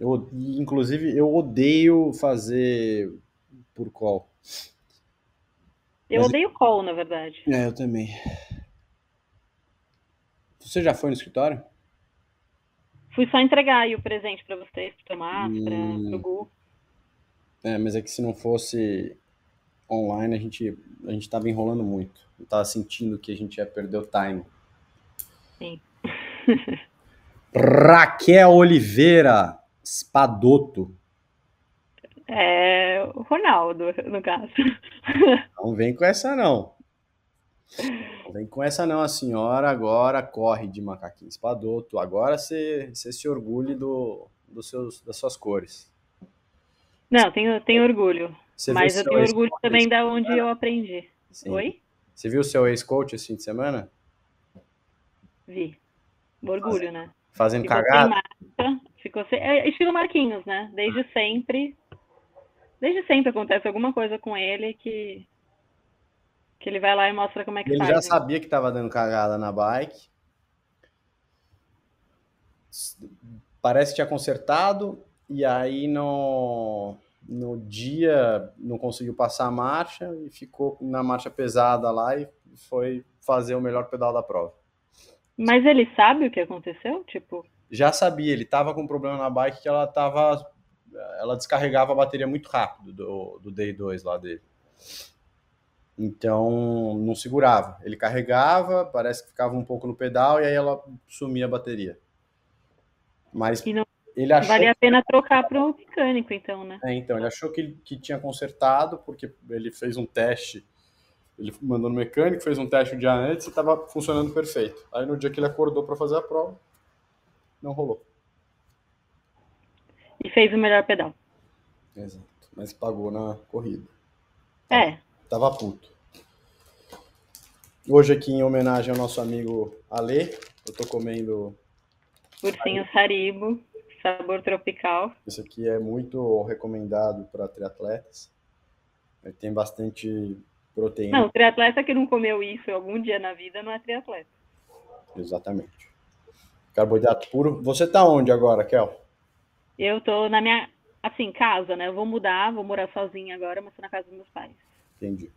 Inclusive, eu odeio fazer por call. Eu odeio call, na verdade. Eu também. Você já foi no escritório? Fui só entregar aí o presente pra vocês, pro Márcio, pro Hum, Gu. mas é que se não fosse online, a gente tava enrolando muito. Eu tava sentindo que a gente ia perder o time. Sim. Raquel Oliveira, Spadotto. É o Ronaldo, no caso. Não vem com essa, não. Não vem com essa, não. A senhora agora corre de macaquinho Spadotto. Agora você se orgulhe das suas cores. Não, tenho orgulho. Você viu Mas eu seu tenho orgulho ex-coach esse também fim da de onde semana? eu aprendi. Sim. Oi? Você viu seu ex-coach esse fim de semana? Vi. Orgulho, né? Fazendo Ficou sem cagada? marca. Ficou sem. É estilo Marquinhos, né? Desde sempre. Desde sempre acontece alguma coisa com ele que ele vai lá e mostra como é E que ele já faz, hein? sabia que estava dando cagada na bike. Parece que tinha consertado. E aí no dia não conseguiu passar a marcha e ficou na marcha pesada lá e foi fazer o melhor pedal da prova. Mas ele sabe o que aconteceu? Tipo, Já sabia, ele estava com um problema na bike que ela descarregava a bateria muito rápido do Day 2 lá dele. Então não segurava. Ele carregava, parece que ficava um pouco no pedal e aí ela sumia a bateria. Mas e não ele achou valia a pena trocar pro mecânico, então, né? então, ele achou que tinha consertado, porque ele fez um teste, ele mandou no mecânico, fez um teste um dia antes e estava funcionando perfeito. Aí no dia que ele acordou para fazer a prova, não rolou. E fez o melhor pedal. Exato. Mas pagou na corrida. Tava, É, tava puto. Hoje aqui em homenagem ao nosso amigo Ale, eu tô comendo. ursinho Haribo, sabor tropical. Isso aqui é muito recomendado para triatletas. Ele tem bastante proteína. Não, o triatleta que não comeu isso algum dia na vida não é triatleta. Exatamente. Carboidrato puro. Você tá onde agora, Kel? Eu tô na minha, assim, casa, né? Eu vou mudar, vou morar sozinha agora, mas tô na casa dos meus pais. Entendi.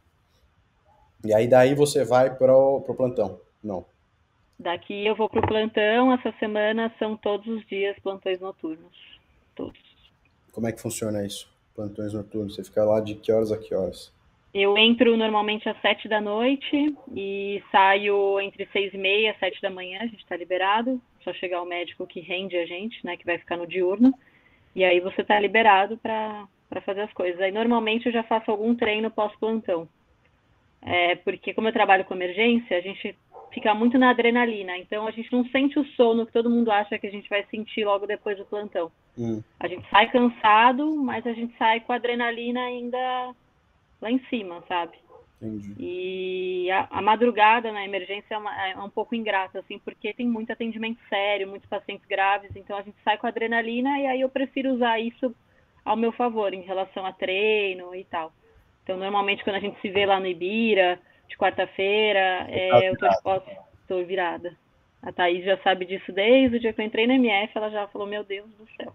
E aí daí você vai pro plantão? Não. Daqui eu vou pro plantão, essa semana são todos os dias plantões noturnos. Todos. Como é que funciona isso? Plantões noturnos. Você fica lá de que horas a que horas? Eu entro normalmente às 7 da noite e saio entre 6h30 e 7 da manhã, a gente tá liberado. Só chegar o médico que rende a gente, né? Que vai ficar no diurno. E aí você tá liberado para fazer as coisas. Aí normalmente eu já faço algum treino pós-plantão. Porque como eu trabalho com emergência, a gente fica muito na adrenalina. Então a gente não sente o sono que todo mundo acha que a gente vai sentir logo depois do plantão. Hum, A gente sai cansado, mas a gente sai com a adrenalina ainda lá em cima, sabe? entendi. E a madrugada na emergência é um pouco ingrata, assim, porque tem muito atendimento sério, muitos pacientes graves, então a gente sai com adrenalina e aí eu prefiro usar isso ao meu favor em relação a treino e tal. Então, normalmente, quando a gente se vê lá no Ibira, de quarta-feira, Tá eu tô de virado. costas, tô virada. A Thaís já sabe disso desde o dia que eu entrei no MF, ela já falou, meu Deus do céu.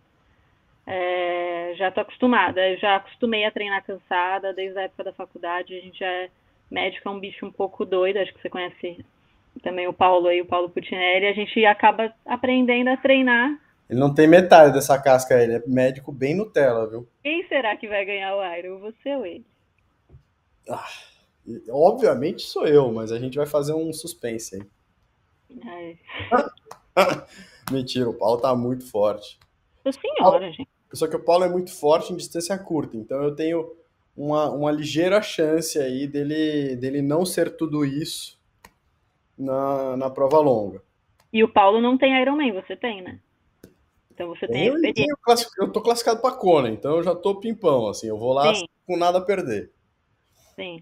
Já tô acostumada, eu já acostumei a treinar cansada desde a época da faculdade, a gente já é médico, é um bicho um pouco doido, acho que você conhece também o Paulo aí, o Paulo Putinelli, a gente acaba aprendendo a treinar. Ele não tem metade dessa casca aí, ele é médico bem Nutella, viu? Quem será que vai ganhar o Iron, você ou ele? Ah, obviamente sou eu, mas a gente vai fazer um suspense aí. Ai, Mentira, o Paulo tá muito forte. nossa senhora, gente. Só que o Paulo é muito forte em distância curta, então eu tenho uma ligeira chance aí dele não ser tudo isso na prova longa. E o Paulo não tem Ironman, você tem, né? Então você tem a experiência. Eu tô classificado para Kona, então eu já tô pimpão, assim, eu vou lá Sim, com nada a perder. sim.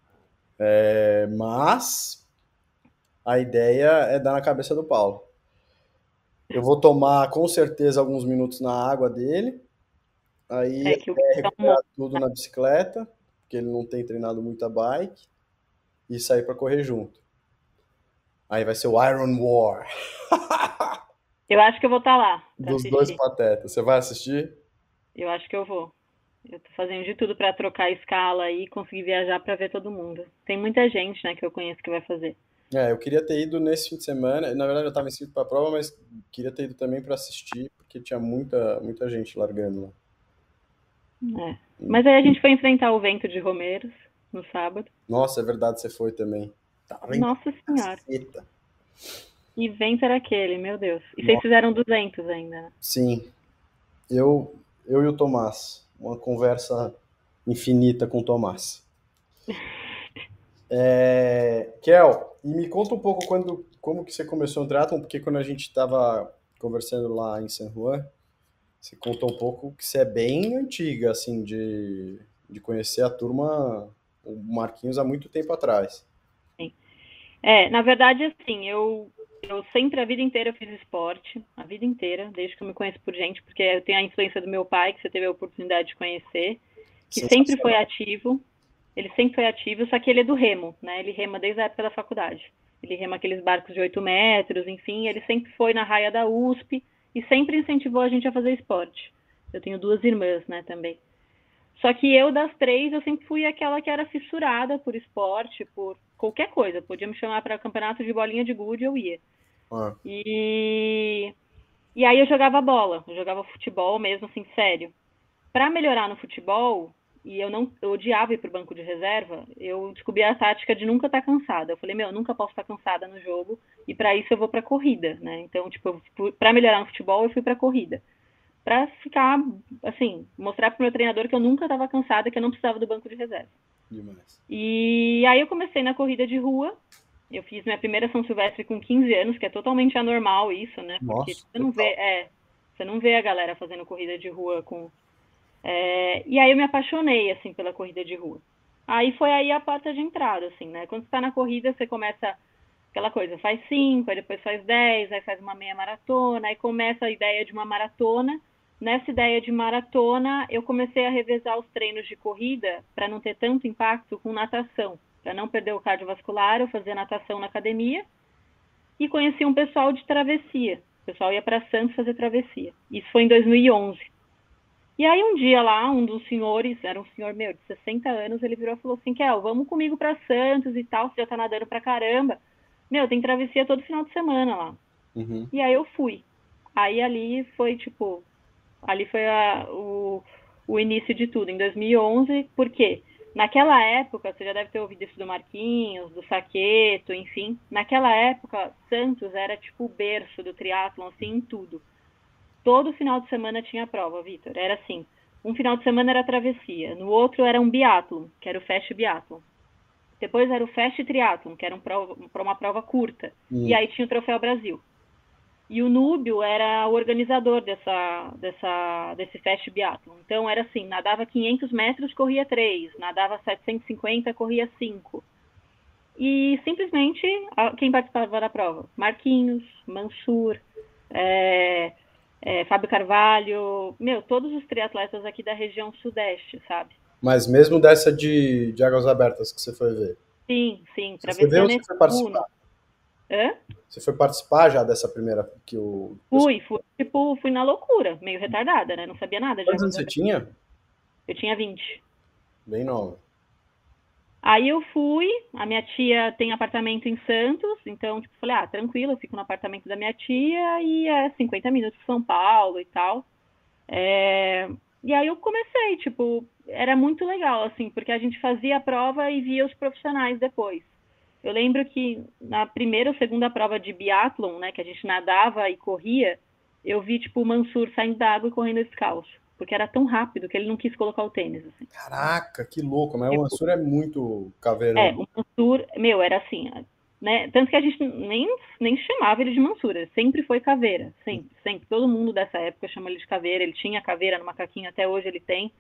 Mas a ideia é dar na cabeça do Paulo. Eu vou tomar com certeza alguns minutos na água dele, aí É que o bicho é é um recuperar monstro. tudo na bicicleta, porque ele não tem treinado muita bike, e sair para correr junto. Aí vai ser o Iron War. Eu acho que eu vou estar lá para dos dois assistir. patetas. Você vai assistir? Eu acho que eu vou. Eu tô fazendo de tudo para trocar a escala e conseguir viajar para ver todo mundo. Tem muita gente, né, que eu conheço que vai fazer. É, eu queria ter ido nesse fim de semana. Na verdade, eu estava inscrito para a prova, mas queria ter ido também para assistir, porque tinha muita gente largando lá. É. Mas aí a gente foi enfrentar o vento de Romeiros no sábado. Nossa, é verdade, você foi também. Tava em Nossa Senhora. caceta. Que vento era aquele, meu Deus. E vocês Nossa, fizeram 200 ainda, né? sim, eu e o Tomás, uma conversa infinita com o Tomás. Kel, e me conta um pouco como que você começou no triatlon, porque quando a gente estava conversando lá em San Juan, você contou um pouco que você é bem antiga, assim, de conhecer a turma, o Marquinhos, há muito tempo atrás. Sim. Na verdade, assim, eu sempre, a vida inteira, eu fiz esporte, a vida inteira, desde que eu me conheço por gente, porque eu tenho a influência do meu pai, que você teve a oportunidade de conhecer, que sempre foi Sensacional. ativo, ele sempre foi ativo, só que ele é do remo, né? Ele rema desde a época da faculdade. Ele rema aqueles barcos de 8 metros, enfim, ele sempre foi na raia da USP e sempre incentivou a gente a fazer esporte. Eu tenho duas irmãs, né, também. Só que eu, das três, eu sempre fui aquela que era fissurada por esporte, por qualquer coisa. Podia me chamar para campeonato de bolinha de gude, eu ia. Ah, E, e aí eu jogava bola, eu jogava futebol mesmo, assim, sério. Para melhorar no futebol, e eu odiava ir pro banco de reserva, eu descobri a tática de nunca estar cansada. Eu falei, meu, eu nunca posso estar cansada no jogo, e para isso eu vou pra corrida, né? Então, tipo, para melhorar no futebol, eu fui pra corrida. Pra ficar, assim, mostrar pro meu treinador que eu nunca estava cansada, que eu não precisava do banco de reserva. demais. E aí eu comecei na corrida de rua. Eu fiz minha primeira São Silvestre com 15 anos, que é totalmente anormal isso, né? Porque Nossa, total. você não vê a galera fazendo corrida de rua com. E aí eu me apaixonei, assim, pela corrida de rua. Aí foi aí a porta de entrada, assim, né? Quando você tá na corrida, você começa aquela coisa, faz 5, aí depois faz 10, aí faz uma meia maratona, aí começa a ideia de uma maratona. Nessa ideia de maratona, eu comecei a revezar os treinos de corrida para não ter tanto impacto com natação. Para não perder o cardiovascular, eu fazia natação na academia e conheci um pessoal de travessia. O pessoal ia para Santos fazer travessia. Isso foi em 2011. E aí um dia lá, um dos senhores, era um senhor meu de 60 anos, ele virou e falou assim, Kel, vamos comigo para Santos e tal, você já tá nadando pra caramba. Meu, tem travessia todo final de semana lá. Uhum. E aí eu fui. Aí ali foi tipo, ali foi o início de tudo, em 2011, por quê? Naquela época, você já deve ter ouvido isso do Marquinhos, do Saqueto, enfim. Naquela época, Santos era tipo o berço do triatlon, assim, em tudo. Todo final de semana tinha prova, Vitor. Era assim, um final de semana era travessia, no outro era um biatlon, que era o Fast Biathlon. Depois era o Fast Triathlon, que era uma prova curta. E Hum. aí tinha o Troféu Brasil. E o Núbio era o organizador desse Fast Biathlon. Então era assim, nadava 500 metros, corria 3, nadava 750, corria 5. E simplesmente quem participava da prova? Marquinhos, Mansur, é, Fábio Carvalho, meu, todos os triatletas aqui da região sudeste, sabe? Mas mesmo dessa de águas abertas que você foi ver? Sim, sim, Você foi ver travessia ou você nesse foi Uno. participar? Hã? Você foi participar já dessa primeira que o pessoal... Fui na loucura, meio retardada, né? Não sabia nada de Quantos águas anos você abertas. tinha? Eu tinha 20. Bem nova. Aí eu fui, a minha tia tem apartamento em Santos, então, tipo, falei, tranquilo, eu fico no apartamento da minha tia e é 50 minutos de São Paulo e tal. É, E aí eu comecei, tipo, era muito legal, assim, porque a gente fazia a prova e via os profissionais depois. Eu lembro que na primeira ou segunda prova de biathlon, né, que a gente nadava e corria, eu vi, tipo, o Mansur saindo da água e correndo descalço, porque era tão rápido que ele não quis colocar o tênis, assim. Caraca, que louco, mas o Tipo, Mansur é muito caveirão. o Mansur, meu, era assim, né? Tanto que a gente nem chamava ele de Mansur, ele sempre foi caveira, sempre, sempre. Todo mundo dessa época chama ele de caveira, ele tinha caveira no macaquinho, até hoje ele tem.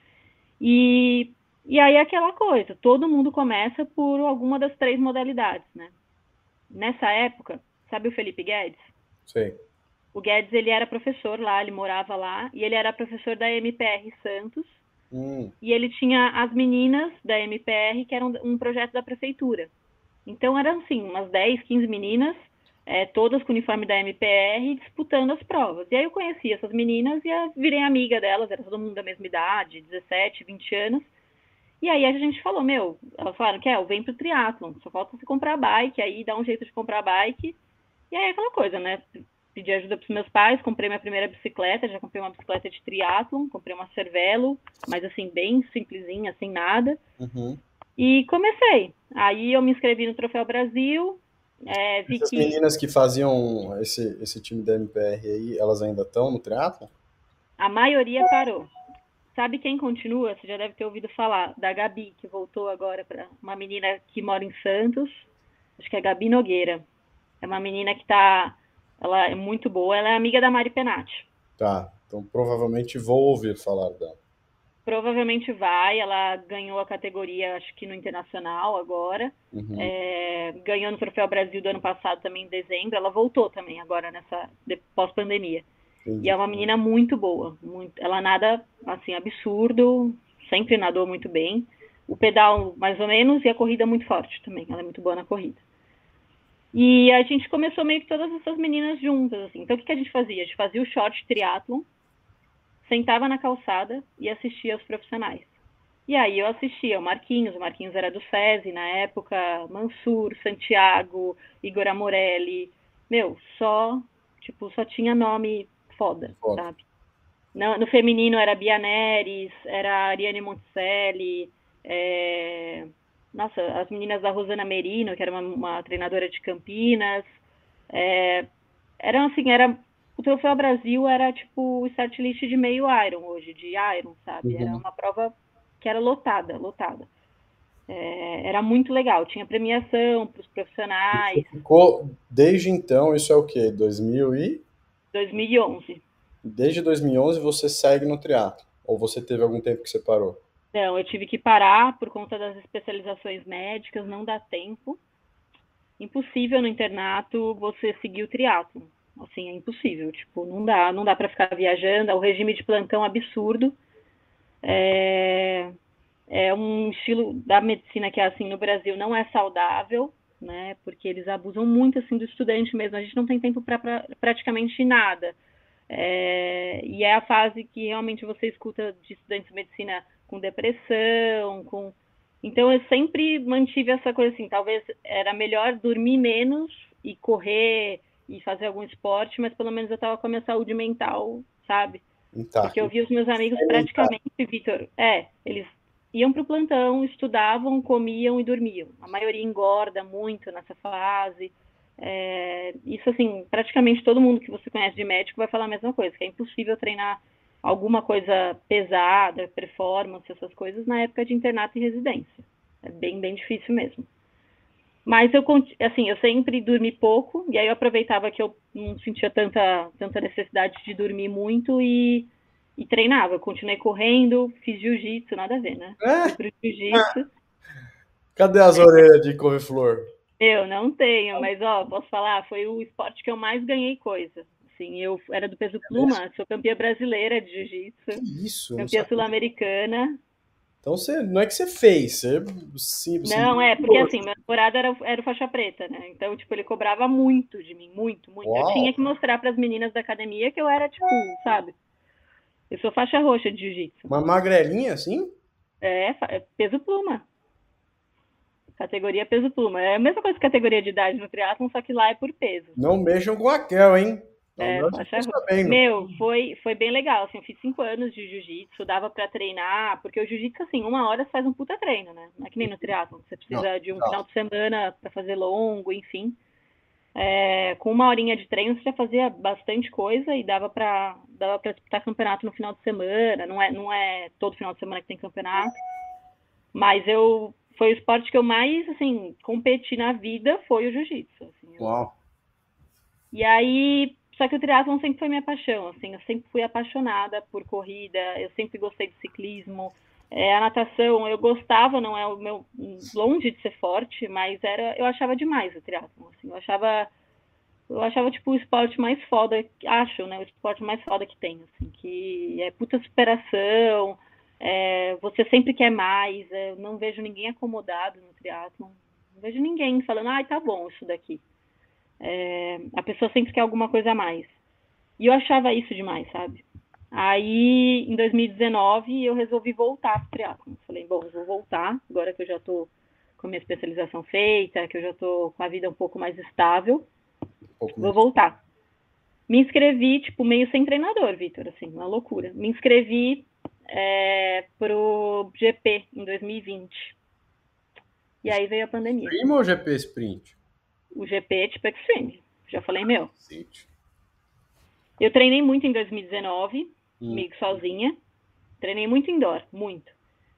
E, e aí é aquela coisa, todo mundo começa por alguma das três modalidades, né? Nessa época, sabe o Felipe Guedes? Sei. O Guedes, ele era professor lá, ele morava lá, e ele era professor da MPR Santos, Hum, e ele tinha as meninas da MPR, que eram um projeto da prefeitura. Então eram assim, umas 10, 15 meninas todas com o uniforme da MPR, disputando as provas. E aí eu conheci essas meninas e virei amiga delas, era todo mundo da mesma idade, 17, 20 anos. E aí a gente falou, elas falaram que vem pro triatlon, só falta você comprar a bike, aí dá um jeito de comprar a bike. E aí aquela coisa, né? Pedi ajuda pros meus pais, comprei minha primeira bicicleta, já comprei uma bicicleta de triatlon, comprei uma Cervelo, mas assim, bem simplesinha, sem nada. Uhum. E comecei. Aí eu me inscrevi no Troféu Brasil, vi Essas que meninas que faziam esse time da MPR aí, elas ainda estão no triatlo? a maioria parou. Sabe quem continua? Você já deve ter ouvido falar da Gabi, que voltou agora para uma menina que mora em Santos. Acho que é a Gabi Nogueira. É uma menina que ela é muito boa, ela é amiga da Mari Penati. Tá, então provavelmente vou ouvir falar dela. Provavelmente vai, ela ganhou a categoria, acho que no Internacional agora. Uhum. Ganhou no Troféu Brasil do ano passado também em dezembro. Ela voltou também agora nessa pós-pandemia. E é Entendi. uma menina muito boa. Ela nada assim absurdo, sempre nadou muito bem. O pedal mais ou menos e a corrida muito forte também. Ela é muito boa na corrida. E a gente começou meio que todas essas meninas juntas, assim. Então o que a gente fazia? A gente fazia o short triatlon, sentava na calçada e assistia aos profissionais. E aí eu assistia o Marquinhos era do SESI na época, Mansur, Santiago, Igor Amorelli. Só tinha nome foda, Foda. sabe? No feminino era Bia Neres, era Ariane Monticelli, nossa, as meninas da Rosana Merino, que era uma treinadora de Campinas. É, o Troféu Brasil era tipo o start list de meio Iron hoje, de Iron, sabe? Era Uhum. uma prova que era lotada, lotada. Era muito legal, tinha premiação para os Você profissionais, ficou desde então, isso é o quê? 2000 e 2011. desde 2011 você segue no triatlo? Ou você teve algum tempo que você parou? Então, eu tive que parar por conta das especializações médicas, não dá tempo. Impossível no internato você seguir o triatlo. Assim, é impossível. Tipo, não dá para ficar viajando. O regime de plantão absurdo. É, é um estilo da medicina que, assim, no Brasil não é saudável, né? Porque eles abusam muito, assim, do estudante mesmo. A gente não tem tempo para praticamente nada. E é a fase que realmente você escuta de estudantes de medicina com depressão, com... Então eu sempre mantive essa coisa assim, talvez era melhor dormir menos e correr e fazer algum esporte, mas pelo menos eu estava com a minha saúde mental, sabe? Porque Intacto. eu vi os meus amigos Alimentar. praticamente, Vitor, eles iam para o plantão, estudavam, comiam e dormiam. A maioria engorda muito nessa fase. Isso, assim, praticamente todo mundo que você conhece de médico vai falar a mesma coisa, que é impossível treinar alguma coisa pesada, performance, essas coisas, na época de internato e residência. É bem, bem difícil mesmo. Mas eu sempre dormi pouco, e aí eu aproveitava que eu não sentia tanta necessidade de dormir muito e treinava. Eu continuei correndo, fiz jiu-jitsu, nada a ver, né? Fui É? pro jiu-jitsu. Cadê as orelhas de couve-flor? Eu não tenho, mas ó, posso falar, foi o esporte que eu mais ganhei coisa. Assim, eu era do peso É mesmo? pluma, sou campeã brasileira de Que jiu-jitsu, isso? Eu não campeã sabia. sul-americana. Então você, não é que você fez, você se Não, porque mostrou. assim, meu namorado era o faixa preta, né? Então, tipo, ele cobrava muito de mim, muito, muito. Eu Uau! tinha que mostrar para as meninas da academia que eu era, tipo, sabe? Eu sou faixa roxa de jiu-jitsu. Uma magrelinha assim? É peso pluma. Categoria peso pluma. É a mesma coisa que categoria de idade no triatlon, só que lá é por peso. Não mexam com a Kel, hein? Pelo É, menos eu tô faixa roxa. sabendo. Foi bem legal, assim, eu fiz 5 anos de jiu-jitsu, dava pra treinar, porque o jiu-jitsu, assim, 1 hora você faz um puta treino, né? Não é que nem no triatlon, você Não, precisa de um tá. final de semana pra fazer longo, enfim. Com 1 horinha de treino você já fazia bastante coisa e dava pra disputar campeonato no final de semana, não é todo final de semana que tem campeonato, mas foi o esporte que eu mais, assim, competi na vida, foi o jiu-jitsu, assim, Uau. e aí, só que o triatlon sempre foi minha paixão, assim, eu sempre fui apaixonada por corrida, eu sempre gostei de ciclismo, a natação eu gostava, não é o meu, longe de ser forte, mas eu achava demais o triatlon, assim, eu achava tipo o esporte mais foda, acho, né, o esporte mais foda que tem, assim, que é puta superação, você sempre quer mais, eu não vejo ninguém acomodado no triatlon, não vejo ninguém falando, ai, tá bom isso daqui. A pessoa sempre quer alguma coisa a mais. E eu achava isso demais, sabe? Aí, em 2019, eu resolvi voltar para o triatlon. Falei, bom, eu vou voltar, agora que eu já estou com a minha especialização feita, que eu já estou com a vida um pouco mais estável, Um pouco vou menos. voltar. Me inscrevi, tipo, meio sem treinador, Vitor, assim, uma loucura. Me inscrevi pro GP em 2020. E aí veio a pandemia. Stream ou GP Sprint? O GP, tipo, Extreme. Já falei, meu. Cacete. Eu treinei muito em 2019, Hum. meio que sozinha. Treinei muito indoor, muito.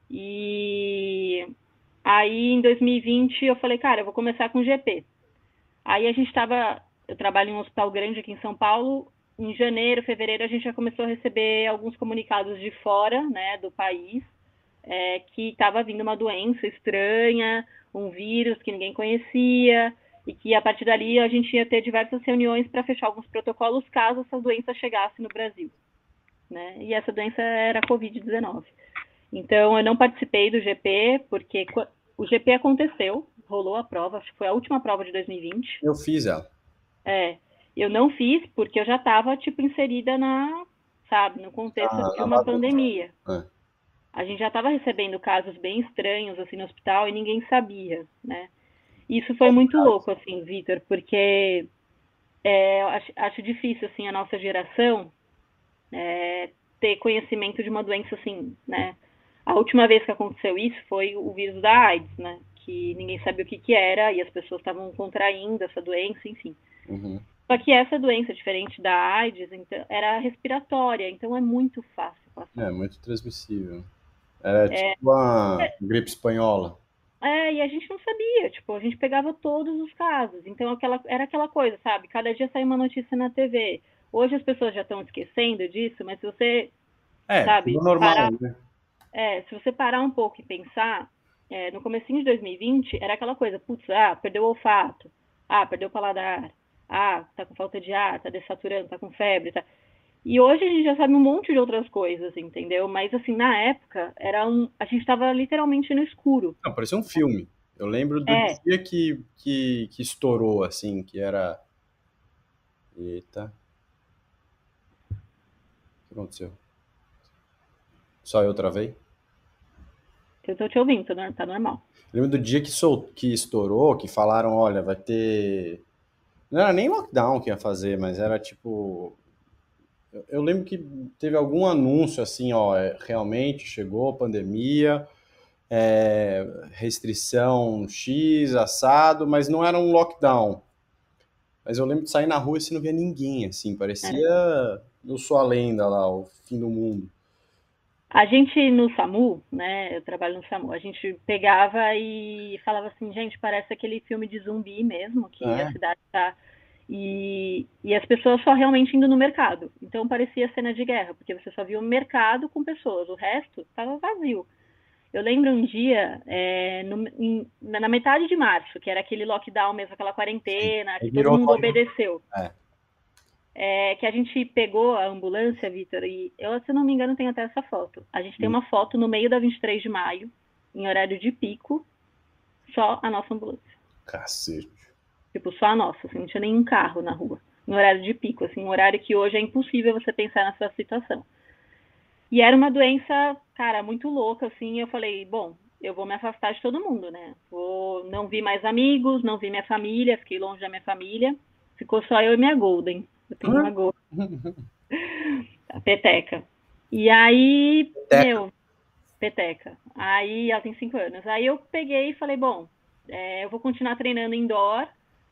E aí, em 2020, eu falei, cara, eu vou começar com GP. Aí a gente estava, eu trabalho em um hospital grande aqui em São Paulo. Em janeiro, fevereiro, a gente já começou a receber alguns comunicados de fora, né, do país, que estava vindo uma doença estranha, um vírus que ninguém conhecia, e que a partir dali a gente ia ter diversas reuniões para fechar alguns protocolos caso essa doença chegasse no Brasil, né? E essa doença era a Covid-19. Então eu não participei do GP porque o GP aconteceu, rolou a prova, acho que foi a última prova de 2020. Eu fiz ela. Eu não fiz porque eu já estava tipo inserida sabe, no contexto de Na uma bagunça. pandemia. É. A gente já estava recebendo casos bem estranhos assim no hospital e ninguém sabia, né? Isso foi muito louco assim, Vitor, porque eu acho difícil assim a nossa geração ter conhecimento de uma doença assim, né? A última vez que aconteceu isso foi o vírus da AIDS, né? Que ninguém sabia o que era e as pessoas estavam contraindo essa doença, enfim. Uhum. Só que essa doença, diferente da AIDS, então, era respiratória, então é muito fácil passar. É muito transmissível. Era tipo uma gripe espanhola. E a gente não sabia, tipo, a gente pegava todos os casos. Então era aquela coisa, sabe? Cada dia sai uma notícia na TV. Hoje as pessoas já estão esquecendo disso, mas se você, É, sabe, tudo normal, né? se você parar um pouco e pensar, no comecinho de 2020 era aquela coisa, putz, perdeu o olfato, perdeu o paladar, tá com falta de ar, tá dessaturando, tá com febre, tá. E hoje a gente já sabe um monte de outras coisas, entendeu? Mas assim, na época, a gente estava literalmente no escuro. Não, parecia um filme. Eu lembro do É, dia que estourou, assim, que era. Eita, o que aconteceu? Só eu travei? eu tô te ouvindo, tá normal. Eu lembro do dia que estourou, que falaram, olha, vai ter. Não era nem lockdown que ia fazer, mas era tipo. Eu lembro que teve algum anúncio assim, ó, realmente chegou a pandemia, restrição X, assado, mas não era um lockdown. Mas eu lembro de sair na rua e você não via ninguém, assim, parecia É. Eu Sou a Lenda lá, o fim do mundo. A gente no SAMU, né? Eu trabalho no SAMU, a gente pegava e falava assim, gente, parece aquele filme de zumbi mesmo, que a É, cidade tá. E as pessoas só realmente indo no mercado. Então parecia cena de guerra, porque você só via o mercado com pessoas, o resto estava vazio. Eu lembro um dia, na metade de março, que era aquele lockdown mesmo, aquela sim. quarentena, Aí que todo virou mundo lockdown. obedeceu. É. Que a gente pegou a ambulância, Vitor, e eu, se não me engano, tenho até essa foto. A gente tem Hum, uma foto no meio da 23 de maio, em horário de pico, só a nossa ambulância. Cacete. Tipo, só a nossa, assim, não tinha nenhum carro na rua. Em horário de pico, assim, um horário que hoje é impossível você pensar nessa situação. E era uma doença, cara, muito louca, assim, eu falei, bom, eu vou me afastar de todo mundo, né? Não vi mais amigos, não vi minha família, fiquei longe da minha família. Ficou só eu e minha Golden. Eu tenho uma Golden, a Peteca. E aí, Teca. Peteca. Aí ela tem 5 anos. Aí eu peguei e falei, bom, eu vou continuar treinando indoor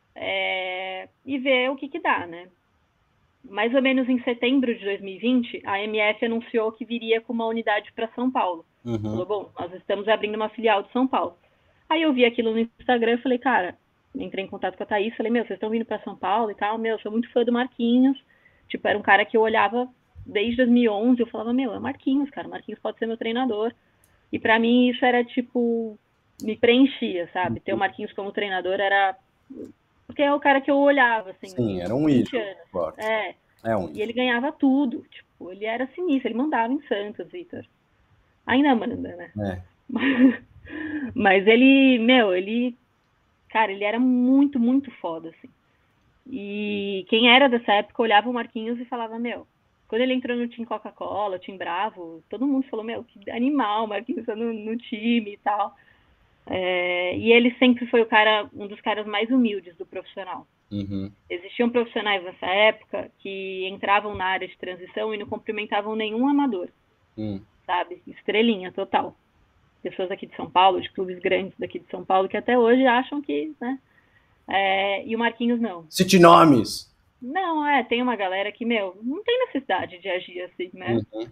e ver o que dá, né? Mais ou menos em setembro de 2020, a MF anunciou que viria com uma unidade para São Paulo. Uhum. Falou, bom, nós estamos abrindo uma filial de São Paulo. Aí eu vi aquilo no Instagram e falei, cara, entrei em contato com a Thaís, falei, vocês estão vindo para São Paulo e tal, eu sou muito fã do Marquinhos. Tipo, era um cara que eu olhava desde 2011, eu falava, é Marquinhos, cara, Marquinhos pode ser meu treinador. E para mim isso era, tipo, me preenchia, sabe? Ter o Marquinhos como treinador era... Porque é o cara que eu olhava, assim, Sim, era um 20 ídolo. anos. Claro. É, É um e ele ídolo. ganhava tudo. Tipo, ele era sinistro, ele mandava em Santos, Vitor. Ainda manda, né? É. Mas cara, ele era muito, muito foda, assim. E quem era dessa época olhava o Marquinhos e falava, meu, quando ele entrou no time Coca-Cola, time Bravo, todo mundo falou, meu, que animal, o Marquinhos tá no time e tal. E ele sempre foi um dos caras mais humildes do profissional. Uhum. Existiam profissionais nessa época que entravam na área de transição e não cumprimentavam nenhum amador, sabe? Estrelinha total. Pessoas aqui de São Paulo, de clubes grandes daqui de São Paulo, que até hoje acham que, né? E o Marquinhos não. Cite nomes! Não, tem uma galera que, meu, não tem necessidade de agir assim, né? Uhum.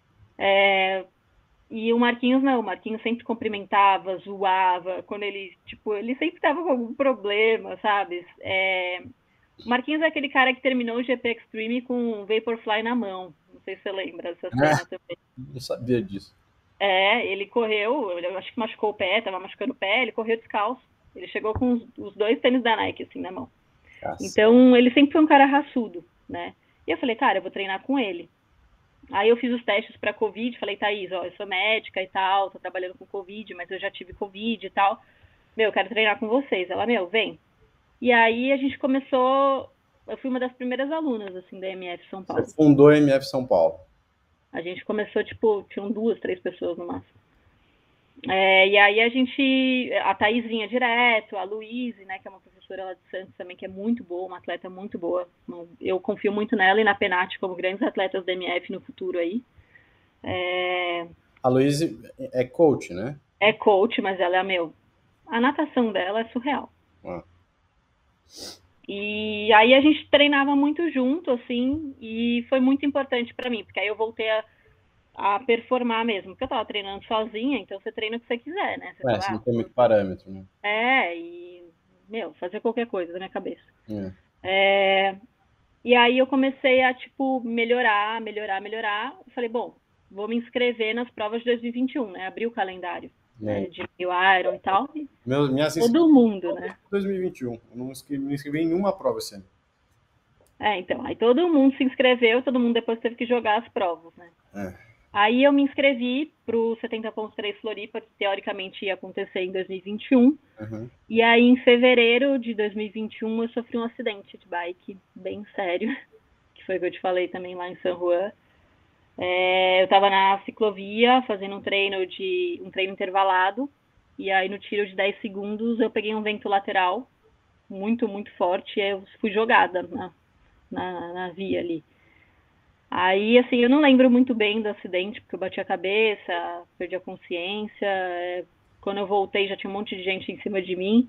E o Marquinhos não, o Marquinhos sempre cumprimentava, zoava, quando ele sempre tava com algum problema, sabe? O Marquinhos é aquele cara que terminou o GP Extreme com o Vaporfly na mão, não sei se você lembra dessa cena também. Não sabia disso. Ele correu, eu acho que machucou o pé, tava machucando o pé, ele correu descalço. Ele chegou com os 2 tênis da Nike, assim, na mão. Nossa. Então, ele sempre foi um cara raçudo, né? E eu falei, cara, eu vou treinar com ele. Aí eu fiz os testes para Covid, falei, Thaís, ó, eu sou médica e tal, tô trabalhando com Covid, mas eu já tive Covid e tal. Meu, eu quero treinar com vocês. Ela, meu, vem. E aí a gente começou, eu fui uma das primeiras alunas, assim, da MF São Paulo. Você fundou a MF São Paulo. A gente começou, tinham 2, 3 pessoas no máximo. E aí a Thaís vinha direto, a Luíse, né, que é uma professora lá de Santos também, que é muito boa, uma atleta muito boa. Eu confio muito nela e na Penat como grandes atletas da MF no futuro aí. A Luíse é coach, né? É coach, mas ela a natação dela é surreal. E aí a gente treinava muito junto, assim, e foi muito importante para mim, porque aí eu voltei a performar mesmo, porque eu tava treinando sozinha, então você treina o que você quiser, né? Você não tem muito parâmetro, né? Fazer qualquer coisa da minha cabeça. E aí eu comecei a, melhorar. Eu falei, bom, vou me inscrever nas provas de 2021, né? Abri o calendário de Rio Iron e tal. Todo mundo, né? 2021. Eu não me inscrevi em nenhuma prova esse ano. Então, aí todo mundo se inscreveu, todo mundo depois teve que jogar as provas, né? Aí eu me inscrevi pro 70.3 Floripa, que teoricamente ia acontecer em 2021. E aí em fevereiro de 2021 eu sofri um acidente de bike bem sério, que foi o que eu te falei também lá em San Juan. Eu tava na ciclovia fazendo um treino intervalado, e aí no tiro de 10 segundos eu peguei um vento lateral muito, muito forte, e aí eu fui jogada na via ali. Aí, assim, eu não lembro muito bem do acidente, porque eu bati a cabeça, perdi a consciência. Quando eu voltei, já tinha um monte de gente em cima de mim.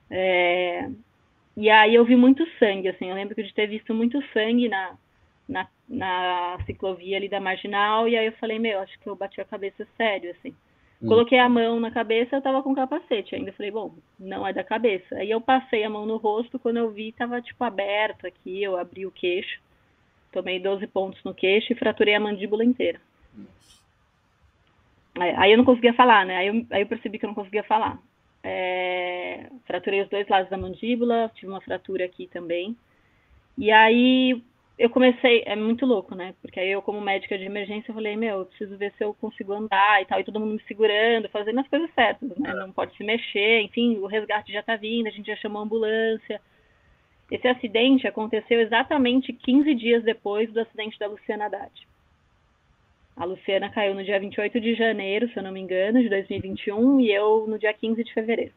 E aí eu vi muito sangue, assim. Eu lembro de ter visto muito sangue na ciclovia ali da Marginal. E aí eu falei, meu, acho que eu bati a cabeça sério, assim. Coloquei a mão na cabeça, eu tava com capacete ainda. Falei, bom, não é da cabeça. Aí eu passei a mão no rosto, quando eu vi, tava, aberto aqui. Eu abri o queixo. Tomei 12 pontos no queixo e fraturei a mandíbula inteira. Aí eu não conseguia falar, né? Aí eu percebi que eu não conseguia falar. Fraturei os 2 lados da mandíbula, tive uma fratura aqui também. E aí eu comecei, é muito louco, né? Porque aí eu, como médica de emergência, eu falei, meu, eu preciso ver se eu consigo andar e tal. E todo mundo me segurando, fazendo as coisas certas, né? Não pode se mexer, enfim, o resgate já tá vindo, a gente já chamou a ambulância. Esse acidente aconteceu exatamente 15 dias depois do acidente da Luciana Haddad. A Luciana caiu no dia 28 de janeiro, se eu não me engano, de 2021, e eu no dia 15 de fevereiro.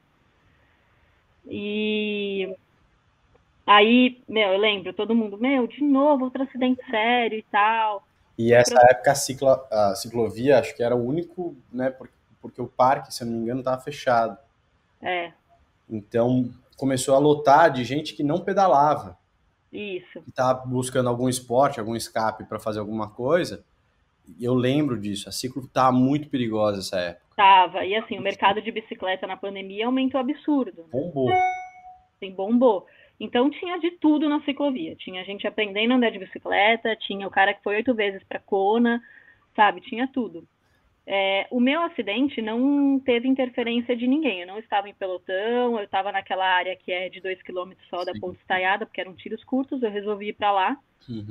E aí, eu lembro, todo mundo, de novo, outro acidente sério e tal. E essa época a ciclovia, acho que era o único, né, porque o parque, se eu não me engano, estava fechado. Então, começou a lotar de gente que não pedalava. Isso. Que estava buscando algum esporte, algum escape para fazer alguma coisa. E eu lembro disso. A ciclo estava muito perigosa nessa época. Tava. E assim, o mercado de bicicleta na pandemia aumentou absurdo. Bombou. Sim, bombou. Então tinha de tudo na ciclovia. Tinha gente aprendendo a andar de bicicleta, tinha o cara que foi 8 vezes para Kona, sabe? Tinha tudo. O meu acidente não teve interferência de ninguém. Eu não estava em pelotão, eu estava naquela área que é de 2 km só da Ponte Estaiada, porque eram tiros curtos, eu resolvi ir para lá.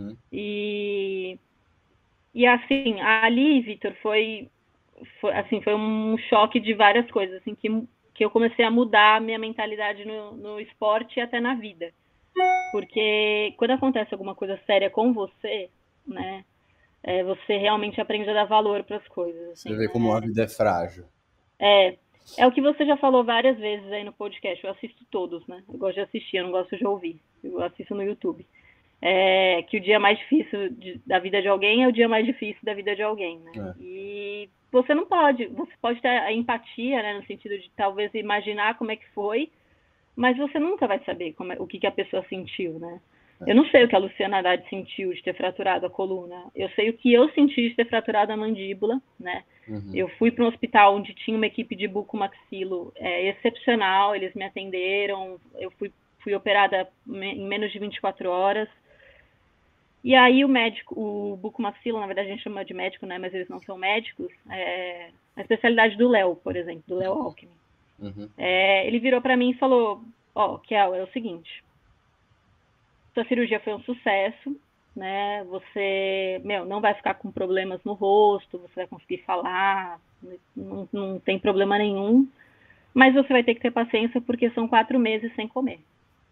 E assim, ali, Vitor, foi um choque de várias coisas, assim, que eu comecei a mudar a minha mentalidade no esporte e até na vida. Porque quando acontece alguma coisa séria com você, né, você realmente aprende a dar valor para as coisas, Você assim, vê como a né? vida é frágil. É, é o que você já falou várias vezes aí no podcast. Eu assisto todos, né? Eu gosto de assistir, eu não gosto de ouvir. Eu assisto no YouTube. Que o dia mais difícil da vida de alguém é o dia mais difícil da vida de alguém, né? É. E você pode ter a empatia, né, no sentido de talvez imaginar como é que foi, mas você nunca vai saber o que a pessoa sentiu, né? Eu não sei o que a Luciana Haddad sentiu de ter fraturado a coluna. Eu sei o que eu senti de ter fraturado a mandíbula, né? Uhum. Eu fui para um hospital onde tinha uma equipe de bucomaxilo excepcional, eles me atenderam, fui operada em menos de 24 horas. E aí o médico, o bucomaxilo, na verdade a gente chama de médico, né? Mas eles não são médicos. A especialidade do Léo, por exemplo, do Léo Alckmin. Uhum. Ele virou para mim e falou: Ó, Kel, é o seguinte, sua cirurgia foi um sucesso, né? Você, não vai ficar com problemas no rosto, você vai conseguir falar, não tem problema nenhum, mas você vai ter que ter paciência porque são 4 meses sem comer.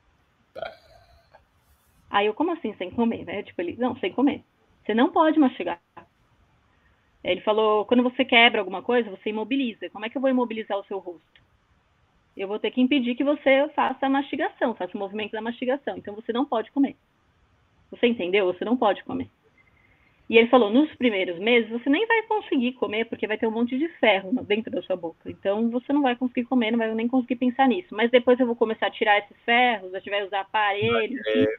Aí eu, como assim sem comer, né? Tipo, ele, não, sem comer. Você não pode mastigar. Ele falou, quando você quebra alguma coisa, você imobiliza. Como é que eu vou imobilizar o seu rosto? Eu vou ter que impedir que você faça a mastigação, faça o movimento da mastigação. Então você não pode comer. Você entendeu? Você não pode comer. E ele falou, nos primeiros meses você nem vai conseguir comer, porque vai ter um monte de ferro dentro da sua boca. Então você não vai conseguir comer, não vai nem conseguir pensar nisso. Mas depois eu vou começar a tirar esses ferros, a gente vai usar aparelho, enfim.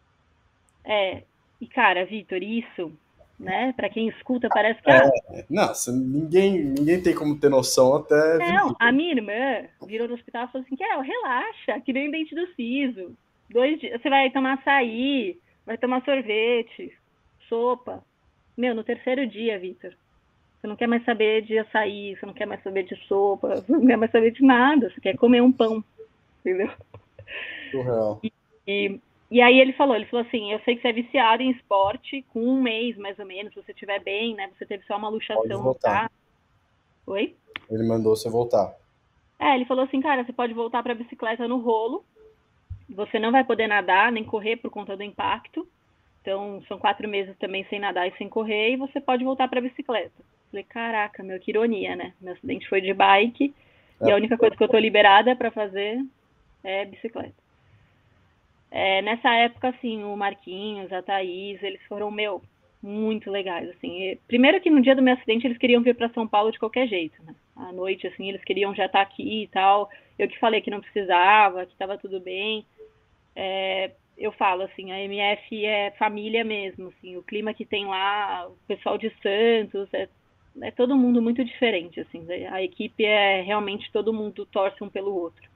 E cara, Vitor, isso, né, pra quem escuta parece que, Nossa, ninguém tem como ter noção até não, viver. a minha irmã virou no hospital e falou assim, relaxa, que nem dente do siso. 2 dias, você vai tomar açaí, vai tomar sorvete, sopa. No terceiro dia, Vitor, você não quer mais saber de açaí, você não quer mais saber de sopa, você não quer mais saber de nada, você quer comer um pão, entendeu? Surreal. E, e aí ele falou assim, eu sei que você é viciado em esporte, com 1 mês mais ou menos, se você estiver bem, né, você teve só uma Pode luxação no voltar. braço. Oi? Ele mandou você voltar. Ele falou assim, cara, você pode voltar para a bicicleta no rolo, você não vai poder nadar nem correr por conta do impacto, então são 4 meses também sem nadar e sem correr, e você pode voltar para a bicicleta. Falei, caraca, meu, que ironia, né? Meu acidente foi de bike, e É, a única coisa que eu tô liberada para fazer é bicicleta. Nessa época, assim, o Marquinhos, a Thaís, eles foram, muito legais, assim. Primeiro que no dia do meu acidente eles queriam vir para São Paulo de qualquer jeito, né? À noite, assim, eles queriam já estar aqui e tal. Eu que falei que não precisava, que estava tudo bem. Eu falo, assim, a MF é família mesmo, assim. O clima que tem lá, o pessoal de Santos, é todo mundo muito diferente, assim. A equipe é realmente todo mundo torce um pelo outro.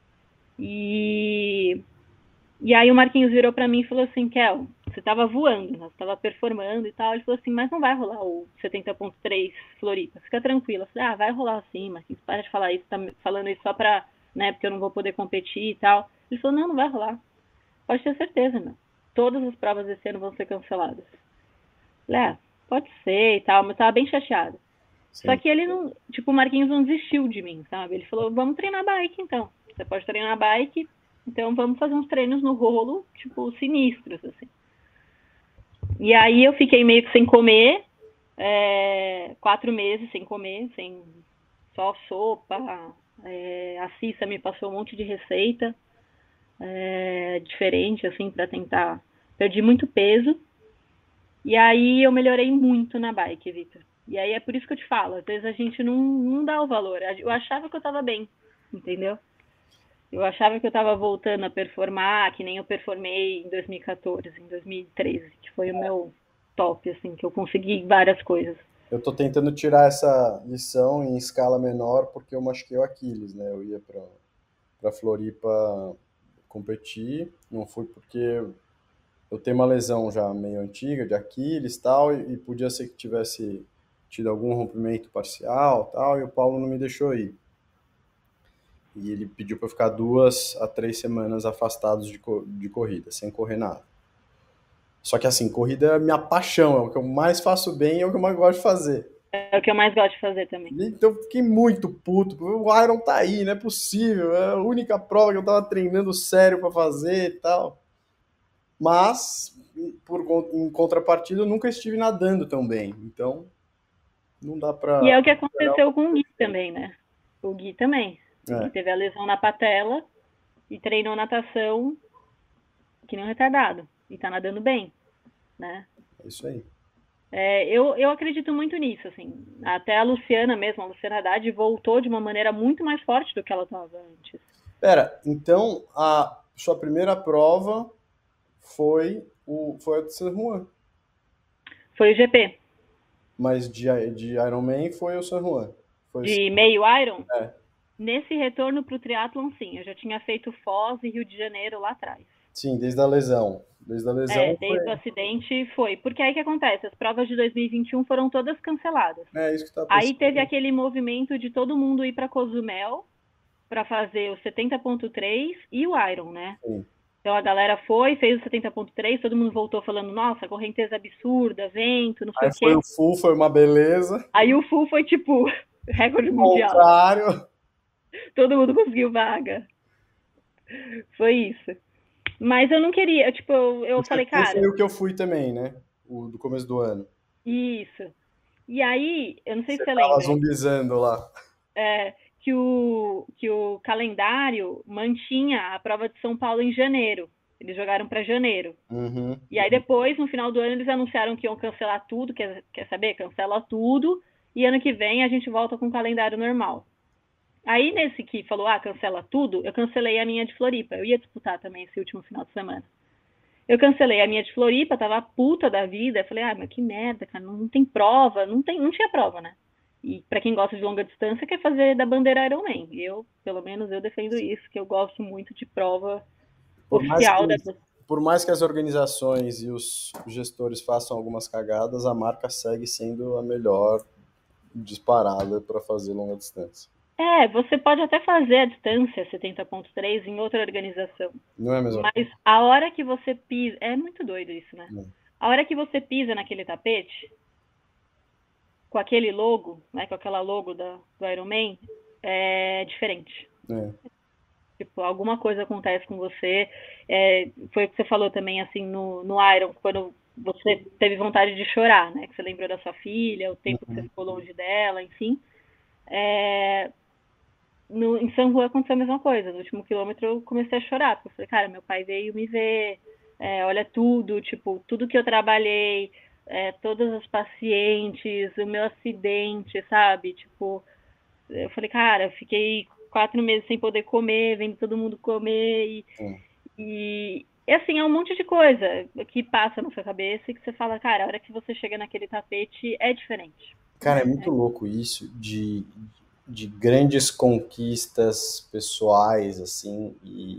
E e aí o Marquinhos virou para mim e falou assim, Kel, você tava voando, né? Você tava performando e tal. Ele falou assim, mas não vai rolar o 70.3 Floripa, fica tranquila. Eu falei, vai rolar sim, Marquinhos, para de falar isso, tá falando isso só pra, né, porque eu não vou poder competir e tal. Ele falou, não vai rolar. Pode ter certeza, meu. Todas as provas desse ano vão ser canceladas. Eu falei, pode ser e tal, mas eu tava bem chateado. Só sim. que ele não, tipo, o Marquinhos não desistiu de mim, sabe? Ele falou, vamos treinar bike então. Você pode treinar bike, então vamos fazer uns treinos no rolo, tipo, sinistros, assim. E aí eu fiquei meio que sem comer, 4 meses sem comer, sem só sopa. A Cissa me passou um monte de receita diferente, assim, para tentar. Perdi muito peso. E aí eu melhorei muito na bike, Vitor. E aí é por isso que eu te falo, às vezes a gente não dá o valor. Eu achava que eu tava bem, entendeu? Eu achava que eu tava voltando a performar, que nem eu performei em 2014, em 2013, que foi o meu top, assim, que eu consegui várias coisas. Eu tô tentando tirar essa lição em escala menor porque eu machuquei o Aquiles, né? Eu ia pra Floripa competir, não fui porque eu tenho uma lesão já meio antiga de Aquiles tal, e podia ser que tivesse tido algum rompimento parcial tal, e o Paulo não me deixou ir. E ele pediu para ficar 2 a 3 semanas afastados de corrida, sem correr nada. Só que assim, corrida é minha paixão, é o que eu mais faço bem, é o que eu mais gosto de fazer. É o que eu mais gosto de fazer também. Então eu fiquei muito puto, porque o Iron tá aí, não é possível, é a única prova que eu tava treinando sério para fazer e tal. Mas, em contrapartida, eu nunca estive nadando tão bem. Então, não dá E para... é o que aconteceu com o Gui também, né? O Gui também. O Gui É, teve a lesão na patela e treinou natação que nem um retardado. E tá nadando bem, né? é isso aí. Eu acredito muito nisso, assim. Até a Luciana mesmo, a Luciana Haddad, voltou de uma maneira muito mais forte do que ela estava antes. Pera, então a sua primeira prova foi a de San Juan, Foi o GP. mas de Ironman foi o San Juan. Foi, De meio Iron, é, nesse retorno para o triatlon, sim. Eu já tinha feito Foz e Rio de Janeiro lá atrás. sim, desde a lesão. Desde a lesão foi. Desde o acidente foi. Porque aí que acontece? As provas de 2021 foram todas canceladas. É isso que tá Aí teve pensando. aquele movimento de todo mundo ir para Cozumel para fazer o 70.3 e o Iron, né? Sim. Então a galera foi, fez o 70.3, todo mundo voltou falando, nossa, correnteza absurda, vento, não sei Aí o foi quê. o full, foi uma beleza. Aí o full foi tipo recorde mundial. Contrário. Todo mundo conseguiu vaga. Foi isso. Mas eu não queria, tipo, eu falei, Foi cara, o que eu fui também, né? O do começo do ano. isso. E aí, eu não sei se Você você tava lembra, zumbizando lá. que o calendário mantinha a prova de São Paulo em janeiro. Eles jogaram para janeiro. Uhum. E aí depois, no final do ano, eles anunciaram que iam cancelar tudo, quer saber? Cancela tudo, e ano que vem a gente volta com o calendário normal. Aí nesse que falou, cancela tudo, eu cancelei a minha de Floripa. Eu ia disputar também esse último final de semana. Eu cancelei a minha de Floripa, tava puta da vida. Falei, mas que merda, cara, não tem prova, não tinha prova, né? E para quem gosta de longa distância, quer fazer da bandeira Ironman. Eu, pelo menos, eu defendo isso, que eu gosto muito de prova Por mais que, oficial da. por mais que as organizações e os gestores façam algumas cagadas, a marca segue sendo a melhor disparada para fazer longa distância. Você pode até fazer a distância 70.3 em outra organização, Não é a mesma mas a hora que você pisa, é muito doido isso, né? coisa? A hora que você pisa naquele tapete, com aquele logo, né, com aquela logo do Ironman, é diferente. É. Tipo, alguma coisa acontece com você. Foi o que você falou também, assim, no Iron, quando você teve vontade de chorar, né? Que você lembrou da sua filha, o tempo que você ficou longe dela, enfim. Em São Juan aconteceu a mesma coisa. No último quilômetro eu comecei a chorar, porque eu falei, cara, meu pai veio me ver, olha tudo, tipo, tudo que eu trabalhei, todas as pacientes, o meu acidente, sabe? Tipo, eu falei, cara, eu fiquei 4 meses sem poder comer, vendo todo mundo comer, e assim, é um monte de coisa que passa na sua cabeça e que você fala, cara, a hora que você chega naquele tapete é diferente. Cara, é Né? muito louco isso de grandes conquistas pessoais, assim,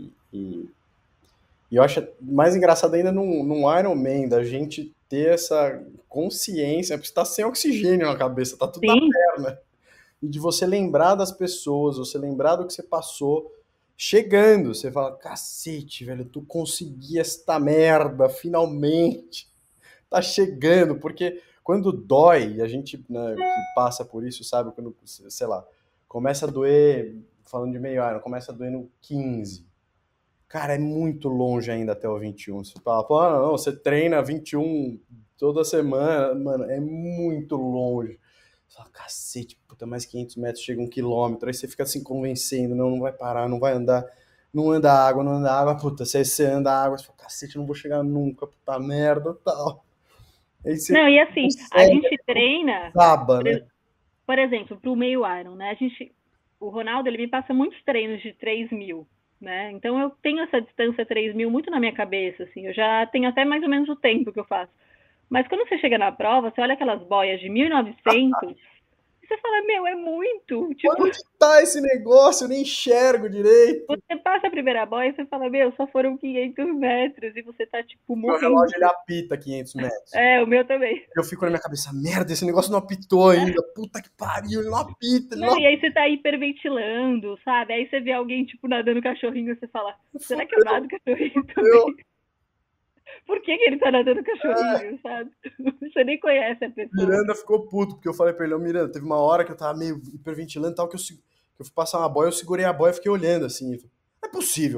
e eu acho mais engraçado ainda num Iron Man, da gente ter essa consciência, porque você tá sem oxigênio na cabeça, tá tudo na Sim, perna. E de você lembrar das pessoas, você lembrar do que você passou, chegando, você fala, cacete, velho, tu consegui esta merda, finalmente, tá chegando, porque quando dói, e a gente, né, que passa por isso, sabe, quando, sei lá, começa a doer, falando de meio Iron, começa a doer no 15, cara, é muito longe ainda até o 21. Você fala, pô, não, você treina 21 toda semana, mano, é muito longe. Você fala, cacete, puta, mais 500 metros chega 1 quilômetro. Aí você fica assim convencendo, não vai parar, não vai andar, não anda água, não anda água, puta, você anda água, você fala, cacete, eu não vou chegar nunca, puta merda, tal. Aí você não, e assim, a consegue, gente treina, acaba, por, né? por exemplo, para o meio Iron, né? O Ronaldo, ele me passa muitos treinos de 3.000, né? Então eu tenho essa distância 3.000 muito na minha cabeça, assim, eu já tenho até mais ou menos o tempo que eu faço. Mas quando você chega na prova, você olha aquelas boias de 1.900, e você fala, meu, é muito, tipo, Onde tá esse negócio? Eu nem enxergo direito. você passa a primeira boia e você fala, meu, só foram 500 metros, e você tá, tipo, Meu morrendo. relógio ele apita 500 metros. O meu também. Eu fico na minha cabeça, merda, esse negócio não apitou ainda. Puta que pariu, ele não apita, ele não Não, e aí você tá hiperventilando, sabe? Aí você vê alguém, tipo, nadando cachorrinho, você fala, será que eu fudeu, nado cachorrinho fudeu. também? Por que ele tá nadando cachorrinho, sabe? Você nem conhece a pessoa. Miranda ficou puto, porque eu falei pra ele, ô Miranda, teve uma hora que eu tava meio hiperventilando e tal, que eu fui passar uma boia, eu segurei a boia e fiquei olhando assim. Não é possível.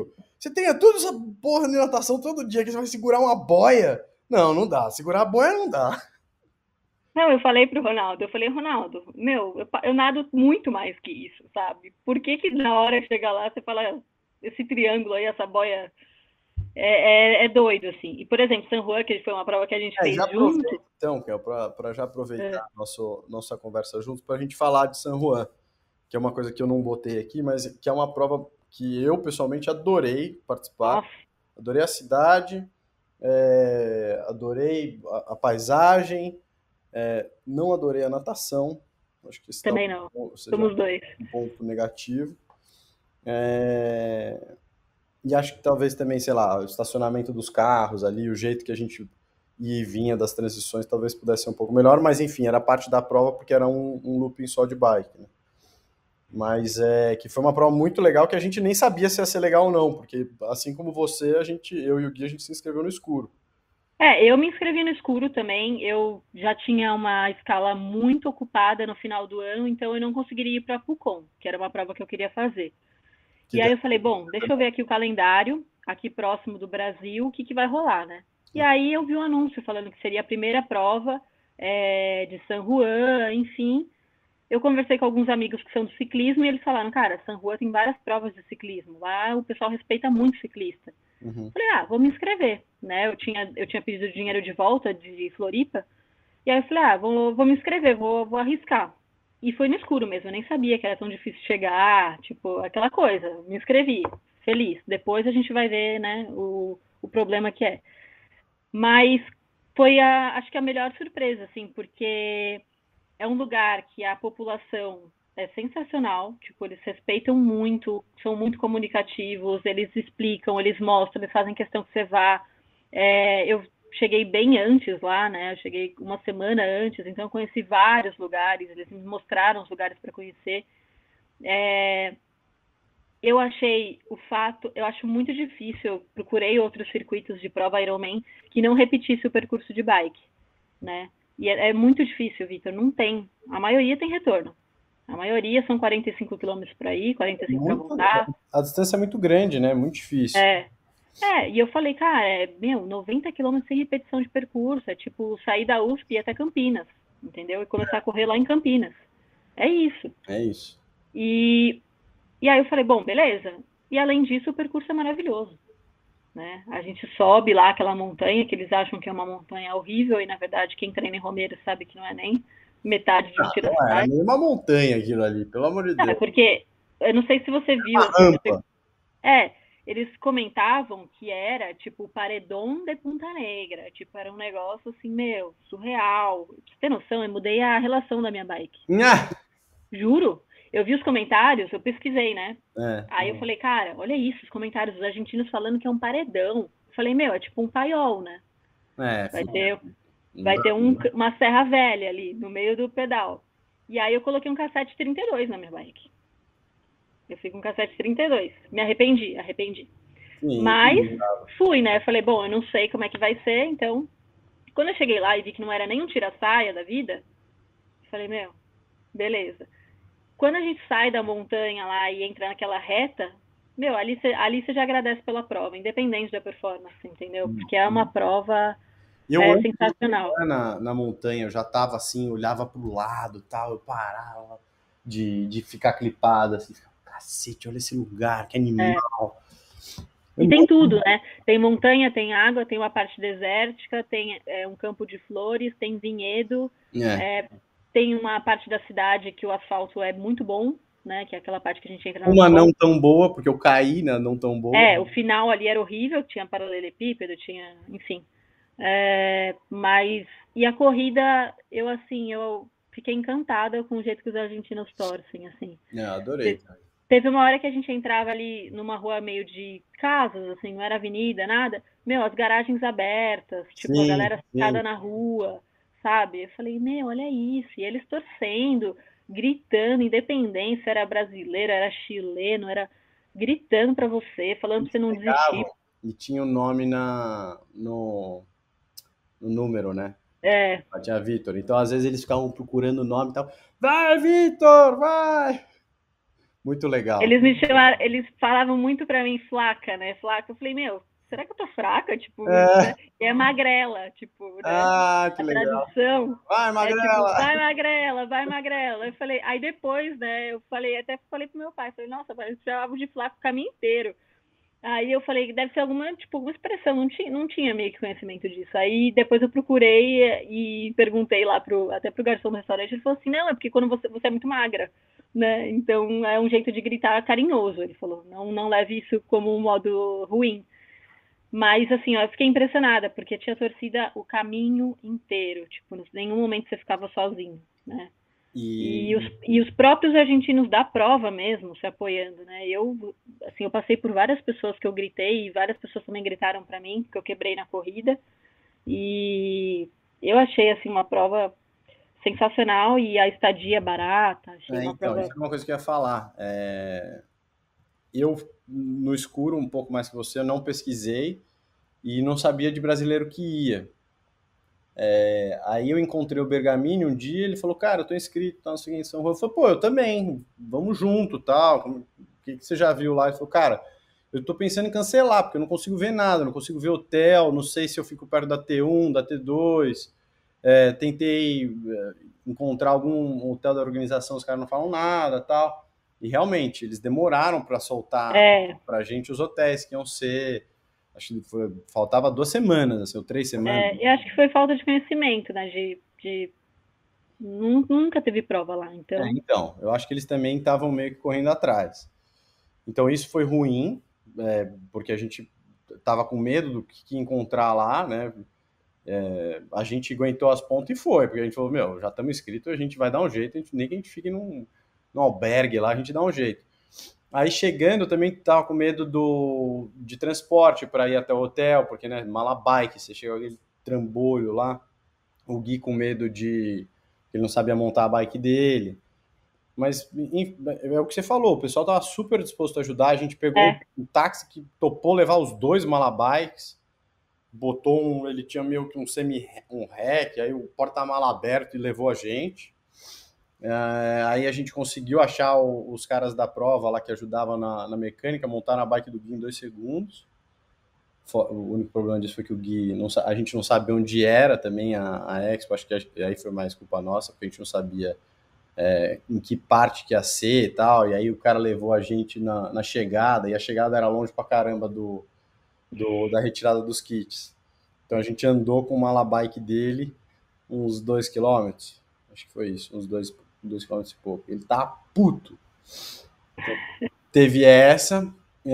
Você tem tudo essa porra de natação todo dia, que você vai segurar uma boia. Não, não dá. Segurar a boia não dá. Não, eu falei pro Ronaldo, eu falei, Ronaldo, meu, eu nado muito mais que isso, sabe? Por que que na hora que chegar lá você fala, esse triângulo aí, essa boia é doido, assim. E, por exemplo, San Juan, que foi uma prova que a gente Já fez aproveita, junto. então, Kel, para já aproveitar nossa conversa junto, para a gente falar de San Juan, que é uma coisa que eu não botei aqui, mas que é uma prova que eu, pessoalmente, adorei participar. Nossa, Adorei a cidade, adorei a paisagem, não adorei a natação. Acho que esse também não. seja Somos dois. um ponto negativo. E acho que talvez também, sei lá, o estacionamento dos carros ali, o jeito que a gente ia e vinha das transições talvez pudesse ser um pouco melhor, mas enfim, era parte da prova porque era um looping só de bike, né? Mas que foi uma prova muito legal que a gente nem sabia se ia ser legal ou não, porque assim como você, eu e o Gui, a gente se inscreveu no escuro. Eu me inscrevi no escuro também. Eu já tinha uma escala muito ocupada no final do ano, então eu não conseguiria ir para a Pucon, que era uma prova que eu queria fazer. Que E aí daí, eu falei, bom, deixa eu ver aqui o calendário, aqui próximo do Brasil, o que vai rolar, né? E aí eu vi um anúncio falando que seria a primeira prova de San Juan, enfim. Eu conversei com alguns amigos que são do ciclismo e eles falaram, cara, San Juan tem várias provas de ciclismo. Lá o pessoal respeita muito ciclista. uhum. Falei, vou me inscrever, né? Eu tinha pedido dinheiro de volta de Floripa. E aí eu falei, vou me inscrever, vou arriscar. E foi no escuro mesmo, eu nem sabia que era tão difícil chegar, tipo, aquela coisa. Me inscrevi, feliz. Depois a gente vai ver, né, o problema que é. Mas foi, acho que a melhor surpresa, assim, porque é um lugar que a população é sensacional, tipo, eles respeitam muito, são muito comunicativos, eles explicam, eles mostram, eles fazem questão que você vá. Eu cheguei bem antes lá, né? Eu cheguei uma semana antes, então eu conheci vários lugares, eles me mostraram os lugares para conhecer. Eu achei eu acho muito difícil, eu procurei outros circuitos de prova Ironman que não repetisse o percurso de bike, né? E é muito difícil, Vitor, não tem. A maioria tem retorno. A maioria são 45 quilômetros para ir, 45 para Muito, voltar. a distância é muito grande, né? Muito difícil. É, e eu falei, cara, 90 quilômetros sem repetição de percurso, é tipo sair da USP e ir até Campinas, entendeu? E começar a correr lá em Campinas. É isso. É isso. E, e aí eu falei, bom, beleza. E além disso, o percurso é maravilhoso. Né? A gente sobe lá aquela montanha que eles acham que é uma montanha horrível e na verdade quem treina em Romeiro sabe que não é nem metade de um Não era tiraçai. nem uma montanha aquilo ali, pelo amor de Não, é Deus. porque eu não sei se você viu Uma assim, rampa. eles comentavam que era tipo o paredão de Punta Negra, tipo era um negócio assim, meu, surreal. Pra você ter noção, eu mudei a relação da minha bike. Nha! Juro. Eu vi os comentários, eu pesquisei, né? É, Aí eu falei, cara, olha isso, os comentários dos argentinos falando que é um paredão. Eu falei, meu, é tipo um paiol, né? Vai ter, vai ter uma serra velha ali no meio do pedal. E aí eu coloquei um cassete 32 na minha bike. Eu fui com um cassete 32. Me arrependi. sim. Mas fui, né? Falei, bom, eu não sei como é que vai ser, então. Quando eu cheguei lá e vi que não era nem um tira-saia da vida, falei, meu, beleza. Quando a gente sai da montanha lá e entra naquela reta, meu, ali você já agradece pela prova, independente da performance, entendeu? Porque é uma prova Eu antes de sensacional. chegar na montanha, eu já tava assim, olhava pro lado tal, eu parava de ficar clipado, assim, cacete, olha esse lugar, que É. animal. E tem tudo, né? Tem montanha, tem água, tem uma parte desértica, tem um campo de flores, tem vinhedo, tem uma parte da cidade que o asfalto é muito bom, né? Que é aquela parte que a gente entra na Uma não volta. tão boa, porque eu caí na não tão boa. O final ali era horrível, tinha paralelepípedo, tinha, enfim. Mas, e a corrida, eu fiquei encantada com o jeito que os argentinos torcem, assim. Adorei. Teve uma hora que a gente entrava ali numa rua meio de casas, assim, não era avenida, nada. Meu, as garagens abertas, tipo, a Sim, galera sim. sentada na rua, sabe? Eu falei, meu, olha isso. E eles torcendo, gritando, independente se era brasileiro, era chileno, era gritando pra você, falando pra você não desistir. E tinha o nome no número, né? É, Tinha Vitor. Então, às vezes, eles ficavam procurando o nome e tal. Vai, Vitor, vai! Muito legal. Eles me chamaram, eles falavam muito pra mim flaca, né? Flaca. Eu falei, meu, será que eu tô fraca? Tipo, né? É. E é magrela, tipo, né? Ah, que A legal. tradução Vai, é tipo, Magrela! vai magrela, vai magrela. Eu falei, aí depois, né, eu falei, até falei pro meu pai, falei, nossa, pai, eu chamava de flaco o caminho inteiro. Aí eu falei, deve ser alguma, tipo, alguma expressão, não tinha meio que conhecimento disso. Aí depois eu procurei e perguntei lá até pro garçom do restaurante, ele falou assim, não, é porque quando você é muito magra, né? Então é um jeito de gritar carinhoso. Ele falou, não leve isso como um modo ruim. Mas assim, ó, eu fiquei impressionada, porque tinha torcida o caminho inteiro, tipo, em nenhum momento você ficava sozinho, né? E E os próprios argentinos da prova mesmo se apoiando, né? Eu passei por várias pessoas que eu gritei e várias pessoas também gritaram para mim que eu quebrei na corrida e eu achei assim uma prova sensacional e a estadia barata, achei uma então, prova. isso é uma coisa que eu ia falar. Eu, no escuro, um pouco mais que você, eu não pesquisei e não sabia de brasileiro que ia. Aí eu encontrei o Bergamini um dia, ele falou, cara, eu tô inscrito, tá, não sei quem são. Eu falei, pô, eu também, vamos junto, tal. O que você já viu lá? Ele falou, cara, eu tô pensando em cancelar, porque eu não consigo ver nada, não consigo ver hotel, não sei se eu fico perto da T1, da T2. Tentei encontrar algum hotel da organização, os caras não falam nada, tal. E realmente, eles demoraram para soltar É, pra gente os hotéis que iam ser. Acho que faltava 2 semanas, assim, ou 3 semanas. eu acho que foi falta de conhecimento, né? Nunca teve prova lá, então. Então, eu acho que eles também estavam meio que correndo atrás. Então, isso foi ruim, porque a gente estava com medo do que encontrar lá, né? A gente aguentou as pontas e foi, porque a gente falou, meu, já estamos inscritos, a gente vai dar um jeito, nem que a gente fique num albergue lá, a gente dá um jeito. Aí chegando, eu também estava com medo de transporte para ir até o hotel, porque, né, mala bike, você chega com aquele trambolho lá, o Gui com medo de ele não sabia montar a bike dele. Mas é o que você falou, o pessoal estava super disposto a ajudar. A gente pegou É, um táxi que topou levar os dois malabikes, ele tinha meio que um rack, aí o porta-mala aberto e levou a gente. Aí a gente conseguiu achar os caras da prova lá que ajudavam na mecânica, montaram a bike do Gui em 2 segundos. O único problema disso foi que o Gui, a gente não sabia onde era também a Expo, acho que aí foi mais culpa nossa, porque a gente não sabia em que parte que ia ser e tal, e aí o cara levou a gente na chegada, e a chegada era longe pra caramba da retirada dos kits. Então a gente andou com o malabike dele uns 2 km, acho que foi isso, uns 2 km e pouco. Ele tá puto. Então, teve essa.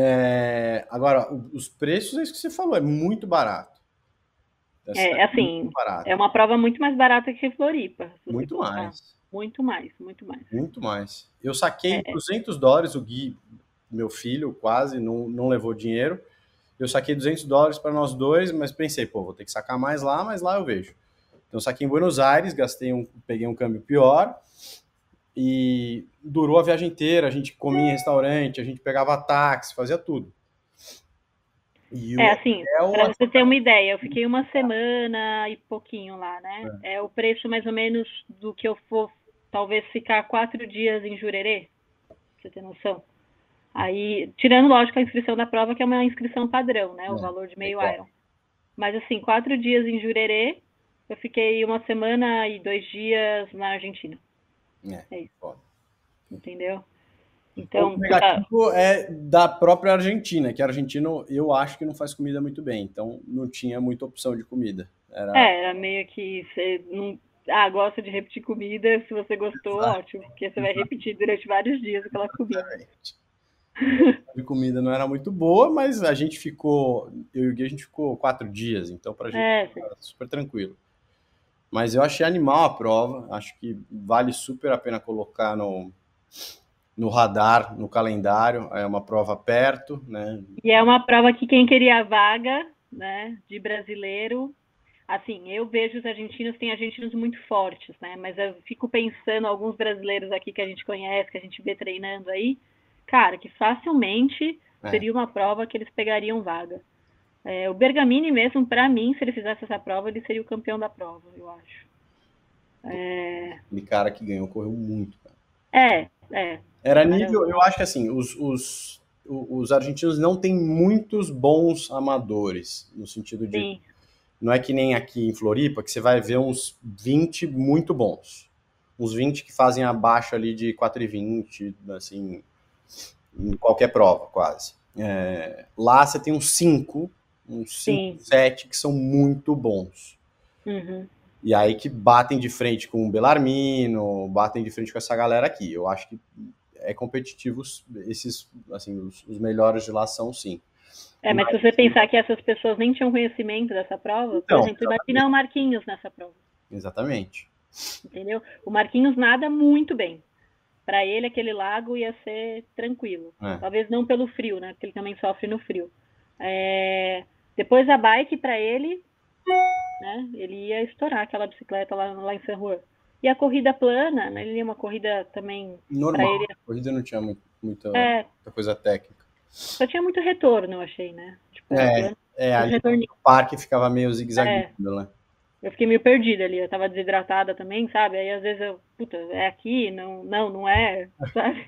Agora, os preços, é isso que você falou, é muito barato. Muito assim, é barato. uma prova muito mais barata que Floripa, se você Muito colocar. mais. Muito mais, muito mais. Muito mais. Eu saquei É, US$ 200, o Gui, meu filho, quase, não levou dinheiro. Eu saquei US$ 200 para nós dois, mas pensei, pô, vou ter que sacar mais lá, mas lá eu vejo. Então eu saquei em Buenos Aires, peguei um câmbio pior e durou a viagem inteira. A gente comia em restaurante, a gente pegava táxi, fazia tudo. E o assim, hotel, para você ter uma ideia, eu fiquei uma semana e pouquinho lá, né? É o preço mais ou menos do que eu for, talvez, ficar 4 dias em Jurerê, pra você ter noção. Aí, tirando, lógico, a inscrição da prova, que é uma inscrição padrão, né? O valor de é meio igual. Iron. Mas, assim, 4 dias em Jurerê, eu fiquei uma semana e 2 dias na Argentina. É isso, Foda. entendeu? O ponto Então, puta, negativo é da própria Argentina, que a Argentina eu acho que não faz comida muito bem, então não tinha muita opção de comida. era meio que você não. Ah, gosta de repetir comida, se você gostou, ótimo, porque você vai repetir durante vários dias aquela comida. Exatamente. De comida não era muito boa, mas eu e o Gui, a gente ficou 4 dias, então pra gente É, era super tranquilo. Mas eu achei animal a prova, acho que vale super a pena colocar no radar, no calendário, é uma prova perto, né? e é uma prova que quem queria a vaga, né, de brasileiro, assim, eu vejo os argentinos, tem argentinos muito fortes, né, mas eu fico pensando alguns brasileiros aqui que a gente conhece, que a gente vê treinando aí, cara, que facilmente É, seria uma prova que eles pegariam vaga. O Bergamini mesmo, para mim, se ele fizesse essa prova, ele seria o campeão da prova, eu acho. aquele cara que ganhou correu muito, cara. Era nível, eu acho que assim, os argentinos não têm muitos bons amadores, no sentido de, Sim, não é que nem aqui em Floripa, que você vai ver uns 20 muito bons. Uns 20 que fazem abaixo ali de 4,20, assim, em qualquer prova, quase. Lá você tem uns 5, sim. 7 que são muito bons. Uhum. E aí que batem de frente com o Belarmino, batem de frente com essa galera aqui. Eu acho que é competitivo esses, assim, os melhores de lá são sim. Mas se Mas, você pensar que essas pessoas nem tinham conhecimento dessa prova, por então, exemplo, imagina o Marquinhos nessa prova, exatamente. entendeu? O Marquinhos nada muito bem. Para ele, aquele lago ia ser tranquilo. É. Talvez não pelo frio, né? Porque ele também sofre no frio. Depois a bike para ele, né? Ele ia estourar aquela bicicleta lá em San Juan. E a corrida plana, né? Ele ia uma corrida também para Normal. ele. A corrida não tinha muita É, coisa técnica. só tinha muito retorno, eu achei, né? Tipo, era plano. Os Ali retorninhos. o parque ficava meio zigue-zagueando, É, né? eu fiquei meio perdida ali, eu tava desidratada também, sabe? Aí às vezes eu, puta, é aqui? Não, não, não é, sabe?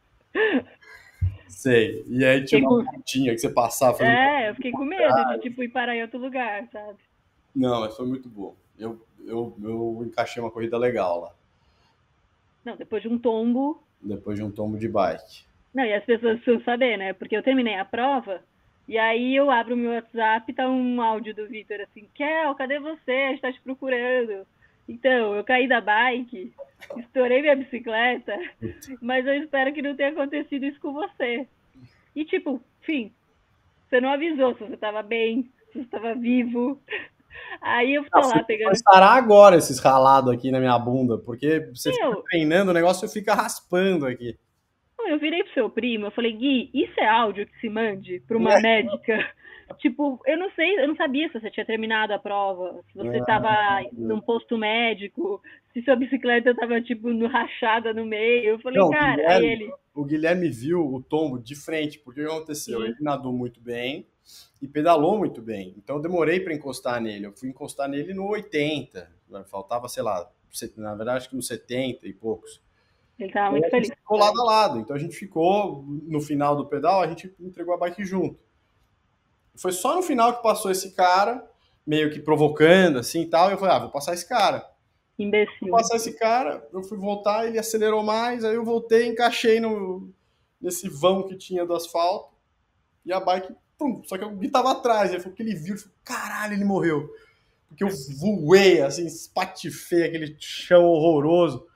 Sei. E aí tinha Fiquei uma com, pontinha que você passava fazendo. eu fiquei com medo de, tipo, ir parar em outro lugar, sabe? Não, mas foi muito bom. Eu encaixei uma corrida legal lá, Não, depois de um tombo. depois de um tombo de bike. Não, e as pessoas precisam saber, né? Porque eu terminei a prova, e aí eu abro o meu WhatsApp e tá um áudio do Vitor assim, Kel, cadê você? A gente tá te procurando. Então, eu caí da bike, estourei minha bicicleta, mas eu espero que não tenha acontecido isso com você. E tipo, enfim, você não avisou se você tava bem, se você tava vivo. Aí eu Não, tô lá foi pegando. sarar agora esses ralados aqui na minha bunda, porque você fica Meu, treinando, o negócio fica raspando aqui. eu virei pro seu primo, eu falei, Gui, isso é áudio que se mande pra uma médica? Tipo, eu não sei, eu não sabia se você tinha terminado a prova, se você tava num posto médico, se sua bicicleta tava, tipo, rachada no meio. Eu falei, Não, cara, aí ele, O Guilherme viu o tombo de frente, porque o que aconteceu? Ele sim, nadou muito bem e pedalou muito bem. Então eu demorei para encostar nele. Eu fui encostar nele no 80. Faltava, sei lá, na verdade acho que nos 70 e poucos. ele tava E aí muito a gente feliz. ficou lado a lado. Então a gente ficou, no final do pedal, a gente entregou a bike junto. Foi só no final que passou esse cara, meio que provocando assim e tal. E eu falei, vou passar esse cara. Vou Imbecil. passar esse cara, eu fui voltar, ele acelerou mais, aí eu voltei, encaixei nesse vão que tinha do asfalto e a bike, pum, só que o Gui tava atrás, ele falou que ele viu, ele falou, caralho, ele morreu. Porque eu voei, assim, espatifei aquele chão horroroso.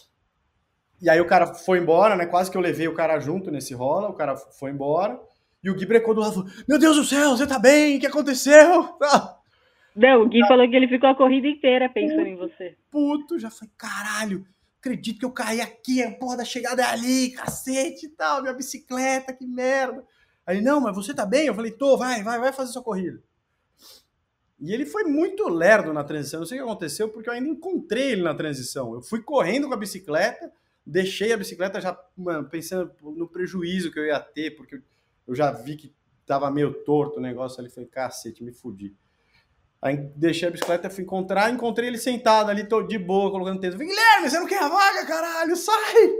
E aí o cara foi embora, né? Quase que eu levei o cara junto nesse rola, o cara foi embora. E o Gui brecou do lado e falou: Meu Deus do céu, você tá bem? O que aconteceu? Não, o Gui falou que ele ficou a corrida inteira pensando em você. Puto, já foi, caralho, acredito que eu caí aqui, a porra da chegada é ali, cacete e tal, minha bicicleta, que merda. Aí, não, mas você tá bem? Eu falei, tô, vai fazer sua corrida. E ele foi muito lerdo na transição, não sei o que aconteceu, porque eu ainda encontrei ele na transição. Eu fui correndo com a bicicleta, deixei a bicicleta já, mano, pensando no prejuízo que eu ia ter, porque eu já vi que tava meio torto o negócio ali, falei, cacete, me fudi. Aí deixei a bicicleta, fui encontrei ele sentado ali, tô de boa, colocando texto. Falei, Guilherme, você não quer a vaga, caralho? Sai!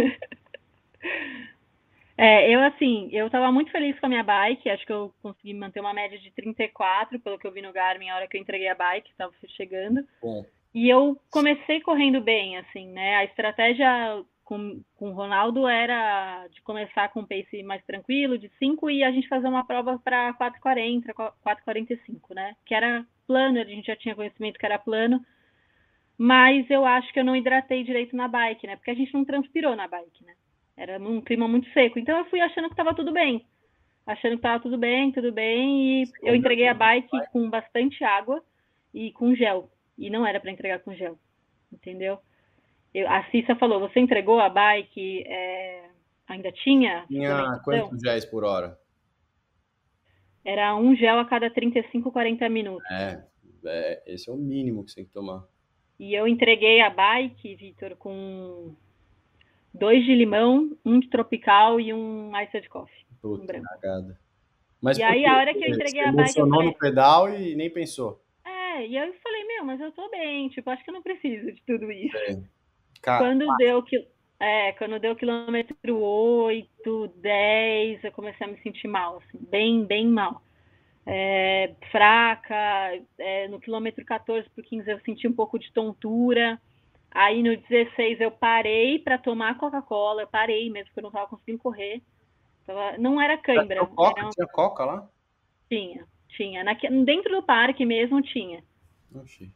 Eu assim, eu tava muito feliz com a minha bike, acho que eu consegui manter uma média de 34, pelo que eu vi no Garmin, a hora que eu entreguei a bike, tava chegando. Bom, E eu comecei correndo bem, assim, né? A estratégia com o Ronaldo era de começar com um pace mais tranquilo, de 5, e a gente fazer uma prova para 4,40, 4,45, né? Que era plano, a gente já tinha conhecimento que era plano, mas eu acho que eu não hidratei direito na bike, né? Porque a gente não transpirou na bike, né? Era um clima muito seco. Então eu fui achando que estava tudo bem. Achando que estava tudo bem, e eu entreguei a bike com bastante água e com gel. E não era para entregar com gel, entendeu? A Cissa falou, você entregou a bike, ainda tinha tinha suplementação? quantos géis por hora? Era um gel a cada 35, 40 minutos. Esse é o mínimo que você tem que tomar. E eu entreguei a bike, Vitor, com 2 de limão, um de tropical e um iced coffee, um Puta branco. cagada. Mas E por aí, quê? a hora que eu Você entreguei a bike, eu emocionou no falei, pedal e nem pensou. e aí eu falei, meu, mas eu tô bem, tipo, acho que eu não preciso de tudo isso. É. Ca- Quando deu que Quando deu o quilômetro 8, 10, eu comecei a me sentir mal, assim, bem, bem mal. Fraca, no quilômetro 14 para o 15 eu senti um pouco de tontura. Aí no 16 eu parei para tomar Coca-Cola, eu parei mesmo, porque eu não estava conseguindo correr. Não era Tinha cãibra, Coca? Tinha Coca lá? tinha. Dentro do parque mesmo tinha. Oxi.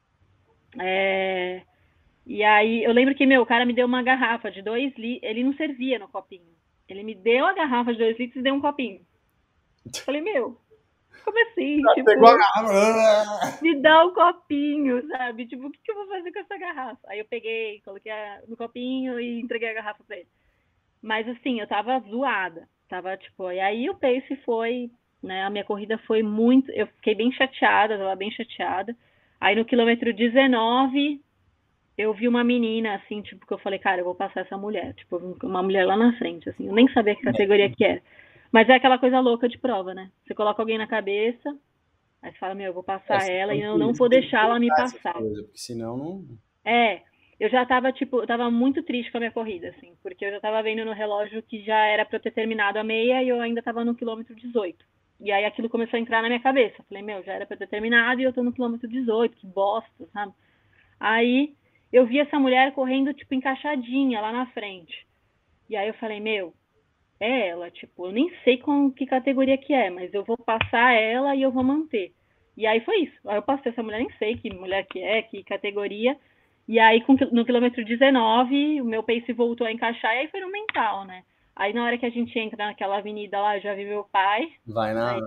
É, e aí eu lembro que, o cara me deu uma garrafa de 2 litros, ele não servia no copinho. Ele me deu a garrafa de 2 litros e deu um copinho. Falei, como assim? Pegou a Tipo, garrafa. me dá um copinho, sabe? Tipo, o que eu vou fazer com essa garrafa? Aí eu peguei, coloquei no copinho e entreguei a garrafa pra ele. Mas assim, eu tava zoada. Tava, tipo, e aí o pace foi, né? A minha corrida foi muito. Eu fiquei bem chateada, tava bem chateada. Aí no quilômetro 19, eu vi uma menina, assim, tipo, que eu falei, cara, eu vou passar essa mulher. Tipo, uma mulher lá na frente, assim. Eu nem sabia que categoria que era. Mas é aquela coisa louca de prova, né? Você coloca alguém na cabeça, aí você fala, eu vou passar Você ela e tem eu não que, vou você tem que deixar ela me colocar essas passar. coisas, porque senão não. É, eu já tava, tipo, eu tava muito triste com a minha corrida, assim, porque eu já tava vendo no relógio que já era pra eu ter terminado a meia e eu ainda tava no quilômetro 18. E aí aquilo começou a entrar na minha cabeça. Falei, já era pra eu ter terminado e eu tô no quilômetro 18, que bosta, sabe? Aí eu vi essa mulher correndo, tipo, encaixadinha lá na frente. E aí eu falei, é ela, tipo, eu nem sei com que categoria que é, mas eu vou passar ela e eu vou manter. E aí foi isso. Aí eu passei essa mulher, nem sei que mulher que é, que categoria. E aí no quilômetro 19, o meu pace voltou a encaixar e aí foi no mental, né? Aí na hora que a gente entra naquela avenida lá, eu já vi meu pai, Vai né?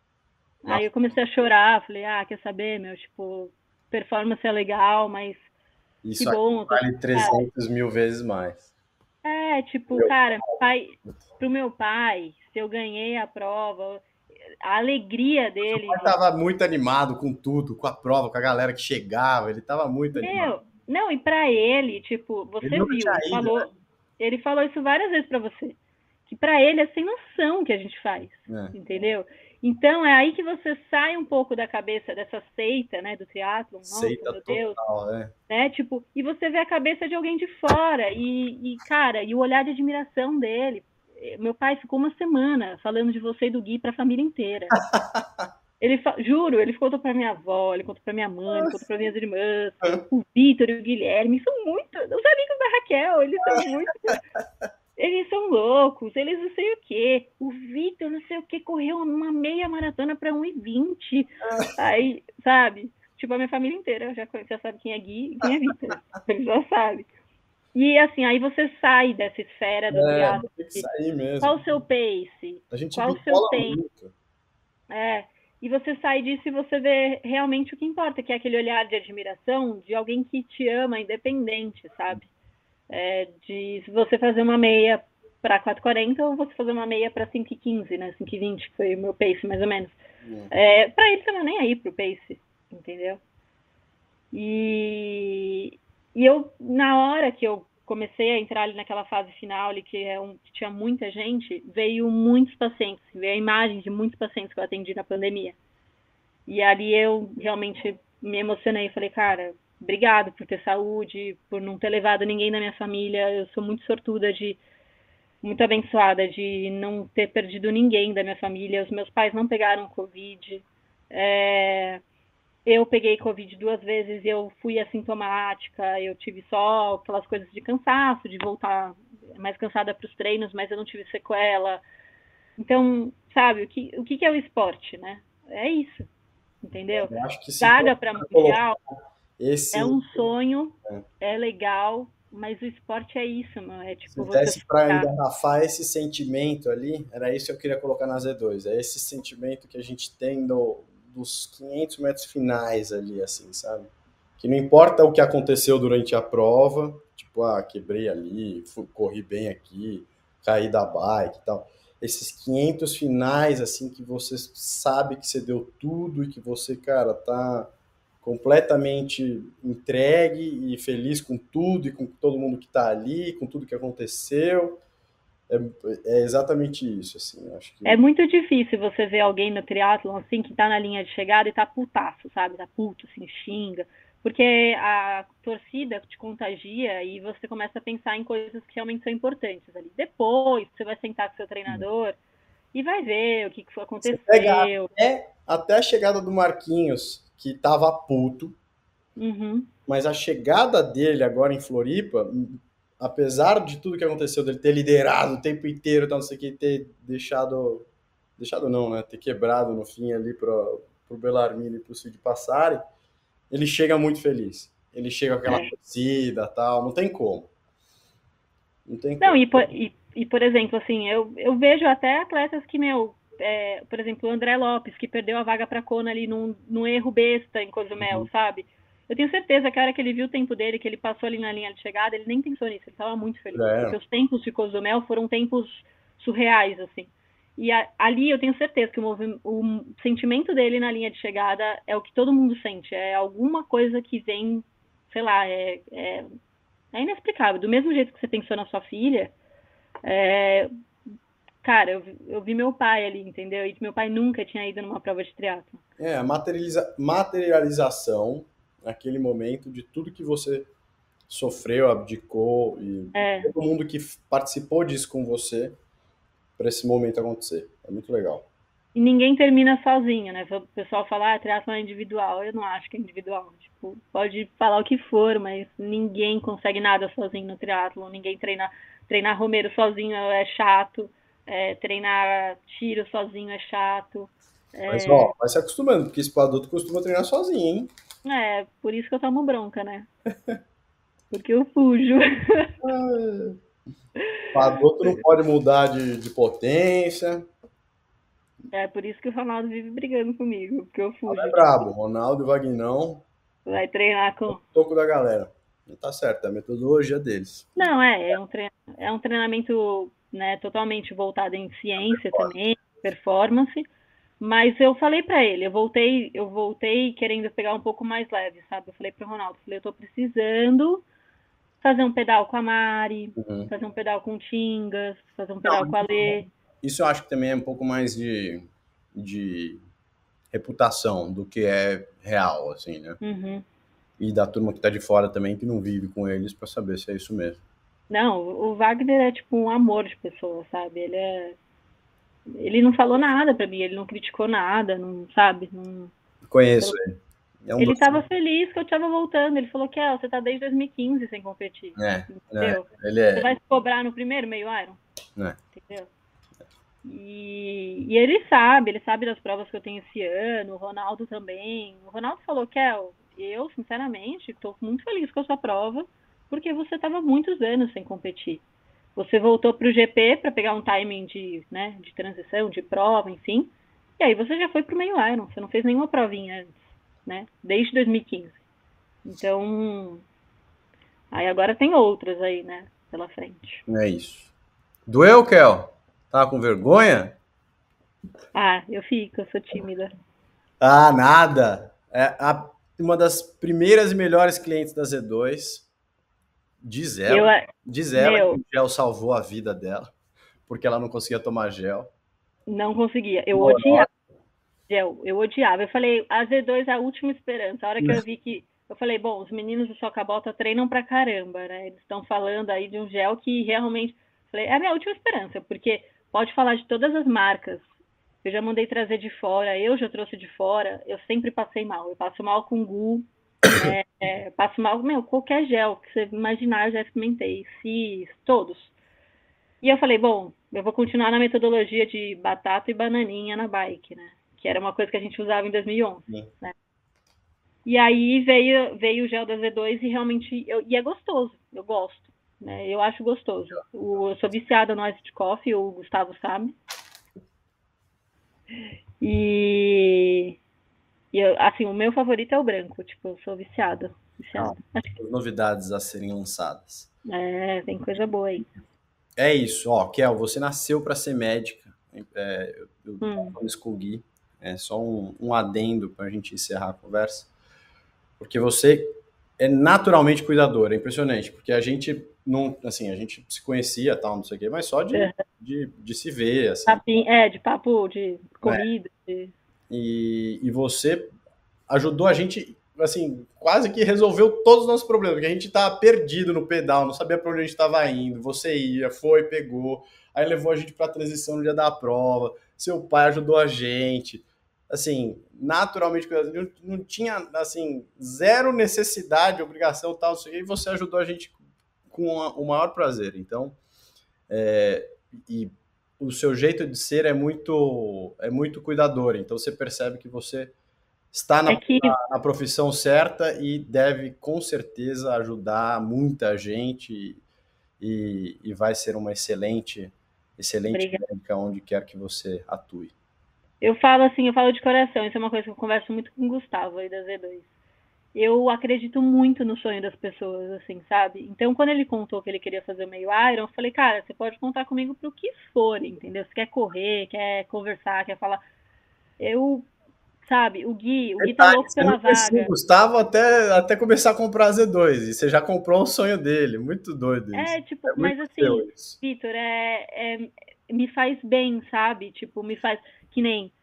na Aí eu comecei a chorar, falei, quer saber, tipo, performance é legal, mas que Isso aqui bom, vale 300 mil vezes mais. tipo, cara, pro meu pai, se eu ganhei a prova, a alegria dele Ele de. tava muito animado com tudo, com a prova, com a galera que chegava, ele tava muito animado. Não, e pra ele, tipo, Ele você nunca viu, tinha ido, ele falou isso várias vezes pra você, que pra ele é sem noção o que a gente faz, né? entendeu? Então é aí que você sai um pouco da cabeça dessa seita, né, do triatlon, nossa, Seita meu Deus, total, né? né, tipo, e você vê a cabeça de alguém de fora, cara, e o olhar de admiração dele. Meu pai ficou uma semana falando de você e do Gui pra família inteira. Juro, ele contou pra minha avó, ele contou pra minha mãe, ele contou pra minhas irmãs, o Vitor e o Guilherme, são muito, os amigos da Raquel, eles são loucos, eles não sei o quê. O Vitor, não sei o quê, correu uma meia maratona pra 1:20. Aí, sabe? Tipo, a minha família inteira já sabe quem é Gui e quem é Vitor. Eles já sabem. E assim, aí você sai dessa esfera do triatlo. Tem que sair Qual mesmo. o seu pace? A gente Qual o seu bitola tempo? muito. É, e você sai disso e você vê realmente o que importa, que é aquele olhar de admiração de alguém que te ama, independente, sabe? De você fazer uma meia para 4:40 ou você fazer uma meia para 5:15, né? 5:20, que foi o meu pace, mais ou menos. Para ele também nem aí pro pace, entendeu? E, eu, na hora que eu comecei a entrar ali naquela fase final, ali, que tinha muita gente, veio muitos pacientes, veio a imagem de muitos pacientes que eu atendi na pandemia. E ali eu realmente me emocionei. Falei, cara, obrigado por ter saúde, por não ter levado ninguém da minha família. Eu sou muito sortuda muito abençoada de não ter perdido ninguém da minha família. Os meus pais não pegaram Covid. Eu peguei Covid 2 vezes e eu fui assintomática. Eu tive só aquelas coisas de cansaço, de voltar mais cansada para os treinos, mas eu não tive sequela. Então, sabe, o que é o esporte, né? É isso, entendeu? Eu acho que se Vaga para colocar mundial é esse, um sonho, né, é legal, mas o esporte é isso, mano. É se tipo você desse para ficar. engarrafar esse sentimento ali, era isso que eu queria colocar na Z2. É esse sentimento que a gente tem dos 500 metros finais ali, assim, sabe? Que não importa o que aconteceu durante a prova, tipo, quebrei ali, corri bem aqui, caí da bike e tal. Esses 500 finais, assim, que você sabe que você deu tudo e que você, cara, tá completamente entregue e feliz com tudo e com todo mundo que tá ali, com tudo que aconteceu. É, é exatamente isso, assim, eu acho É que muito difícil você ver alguém no triatlon assim que tá na linha de chegada e tá putaço, sabe? Tá puto, assim, xinga. Porque a torcida te contagia e você começa a pensar em coisas que realmente são importantes ali. Depois, você vai sentar com seu treinador e vai ver o que Você pega aconteceu. até a chegada do Marquinhos, que tava puto, Uhum. mas a chegada dele agora em Floripa, apesar de tudo que aconteceu, dele ter liderado o tempo inteiro, então, não sei o que, ter deixado não, né? Ter quebrado no fim ali pro Bellarmino e pro Cid passarem, ele chega muito feliz. Ele chega com aquela É. torcida tal, não tem como. Não tem Não, como. por exemplo, assim, eu vejo até atletas que, por exemplo, o André Lopes, que perdeu a vaga para Kona ali num erro besta em Cozumel, sabe? Eu tenho certeza que a hora que ele viu o tempo dele, que ele passou ali na linha de chegada, ele nem pensou nisso, ele estava muito feliz. Porque É. os tempos de Cozumel foram tempos surreais, assim. E ali eu tenho certeza que o sentimento dele na linha de chegada é o que todo mundo sente. É alguma coisa que vem, sei lá, é inexplicável. Do mesmo jeito que você pensou na sua filha, é, cara, eu vi meu pai ali, entendeu? E meu pai nunca tinha ido numa prova de triatlo. A materialização naquele momento de tudo que você sofreu, abdicou e É, todo mundo que participou disso com você para esse momento acontecer. É muito legal. e ninguém termina sozinho, né? O pessoal fala, triatlo é individual. Eu não acho que é individual. Tipo, pode falar o que for, mas ninguém consegue nada sozinho no triatlo. Ninguém treinar Romero sozinho é chato. Treinar tiro sozinho é chato. Mas, É, ó, vai se acostumando, porque esse adulto costuma treinar sozinho, hein? por isso que eu tomo bronca, né? Porque eu fujo. O adulto não pode mudar de potência. É por isso que o Ronaldo vive brigando comigo, porque eu Ela é fujo. brabo. Ronaldo e Vagnão, Vai treinar com. toco da galera. E tá certo, é a metodologia deles. Não, é um treinamento, né, totalmente voltado em ciência também, performance. Mas eu falei pra ele, eu voltei querendo pegar um pouco mais leve, sabe? Eu falei pro Ronaldo, falei, eu tô precisando fazer um pedal com a Mari, Uhum. fazer um pedal com o Tingas, fazer um pedal Não, com a Lê. isso eu acho que também é um pouco mais de reputação do que é real, assim, né? Uhum. E da turma que tá de fora também, que não vive com eles, para saber se é isso mesmo. Não, o Wagner é tipo um amor de pessoa, sabe? Ele não falou nada pra mim, ele não criticou nada, não sabe? Não, Conheço ele. É um ele dos. tava feliz que eu tava voltando. Ele falou que você tá desde 2015 sem competir. É, né? Entendeu? Ele Você é. vai se cobrar no primeiro meio Iron? Né? Entendeu? E ele sabe das provas que eu tenho esse ano, o Ronaldo também. O Ronaldo falou, eu, sinceramente, estou muito feliz com a sua prova, porque você estava muitos anos sem competir. Você voltou para o GP para pegar um timing de transição, de prova, enfim. E aí você já foi para o meio Iron. Você não fez nenhuma provinha antes, né? Desde 2015. Então, aí agora tem outras aí, né? Pela frente. É isso. Doeu, Kel? Tá com vergonha? Ah, eu sou tímida. Ah, nada. Uma das primeiras e melhores clientes da Z2. Diz Eu, ela. Diz ela que meu, o gel salvou a vida dela, porque ela não conseguia tomar gel. não conseguia. Eu Horrorosa. odiava gel. Eu odiava. Eu falei, a Z2 é a última esperança. A hora que eu vi que. Eu falei, bom, os meninos do Socabota treinam pra caramba, né? Eles estão falando aí de um gel que realmente. Falei, é a minha última esperança, porque pode falar de todas as marcas. Eu já mandei trazer de fora, eu já trouxe de fora, eu sempre passei mal. Eu passo mal com Gu, passo mal, qualquer gel que você imaginar, eu já experimentei. Cis, todos. E eu falei, bom, eu vou continuar na metodologia de batata e bananinha na bike, né? Que era uma coisa que a gente usava em 2011, Sim. né? E aí veio o gel da Z2 e realmente, e é gostoso, eu gosto, né? Eu acho gostoso. Eu sou viciada no Iced Coffee, o Gustavo sabe. E, assim, o meu favorito é o branco, tipo, eu sou viciada, Calma. viciada. As novidades a serem lançadas. Tem coisa boa aí. É isso, ó, Kel, você nasceu para ser médica. Eu Hum. me escolhi. É só um adendo para a gente encerrar a conversa. Porque você é naturalmente cuidadora, é impressionante. Porque a gente não, assim, a gente se conhecia, tal, não sei o quê, mas só de se ver, assim. De papo de Né? corrida. E você ajudou a gente assim, quase que resolveu todos os nossos problemas, porque a gente estava perdido no pedal, não sabia para onde a gente estava indo, você ia, foi, pegou, aí levou a gente para a transição no dia da prova, seu pai ajudou a gente, assim, naturalmente, não tinha, assim, zero necessidade, obrigação, tal, e você ajudou a gente com o maior prazer, então, e o seu jeito de ser é muito cuidador, então você percebe que você está É que na profissão certa e deve com certeza ajudar muita gente e vai ser uma excelente Obrigada. médica onde quer que você atue. Eu falo assim, eu falo de coração, isso é uma coisa que eu converso muito com o Gustavo aí da Z2. Eu acredito muito no sonho das pessoas, assim, sabe? Então, quando ele contou que ele queria fazer o meio Iron, eu falei, cara, você pode contar comigo pro que for, entendeu? Se quer correr, quer conversar, quer falar. Eu, sabe, o Gui tá Detalhe, louco você não pela conhecia o vaga. Gustavo até começar a comprar a Z2 e você já comprou o sonho dele. Muito doido isso. É, tipo, É muito mas seu assim, isso. Vitor, me faz bem, sabe? Tipo, me faz. Que nem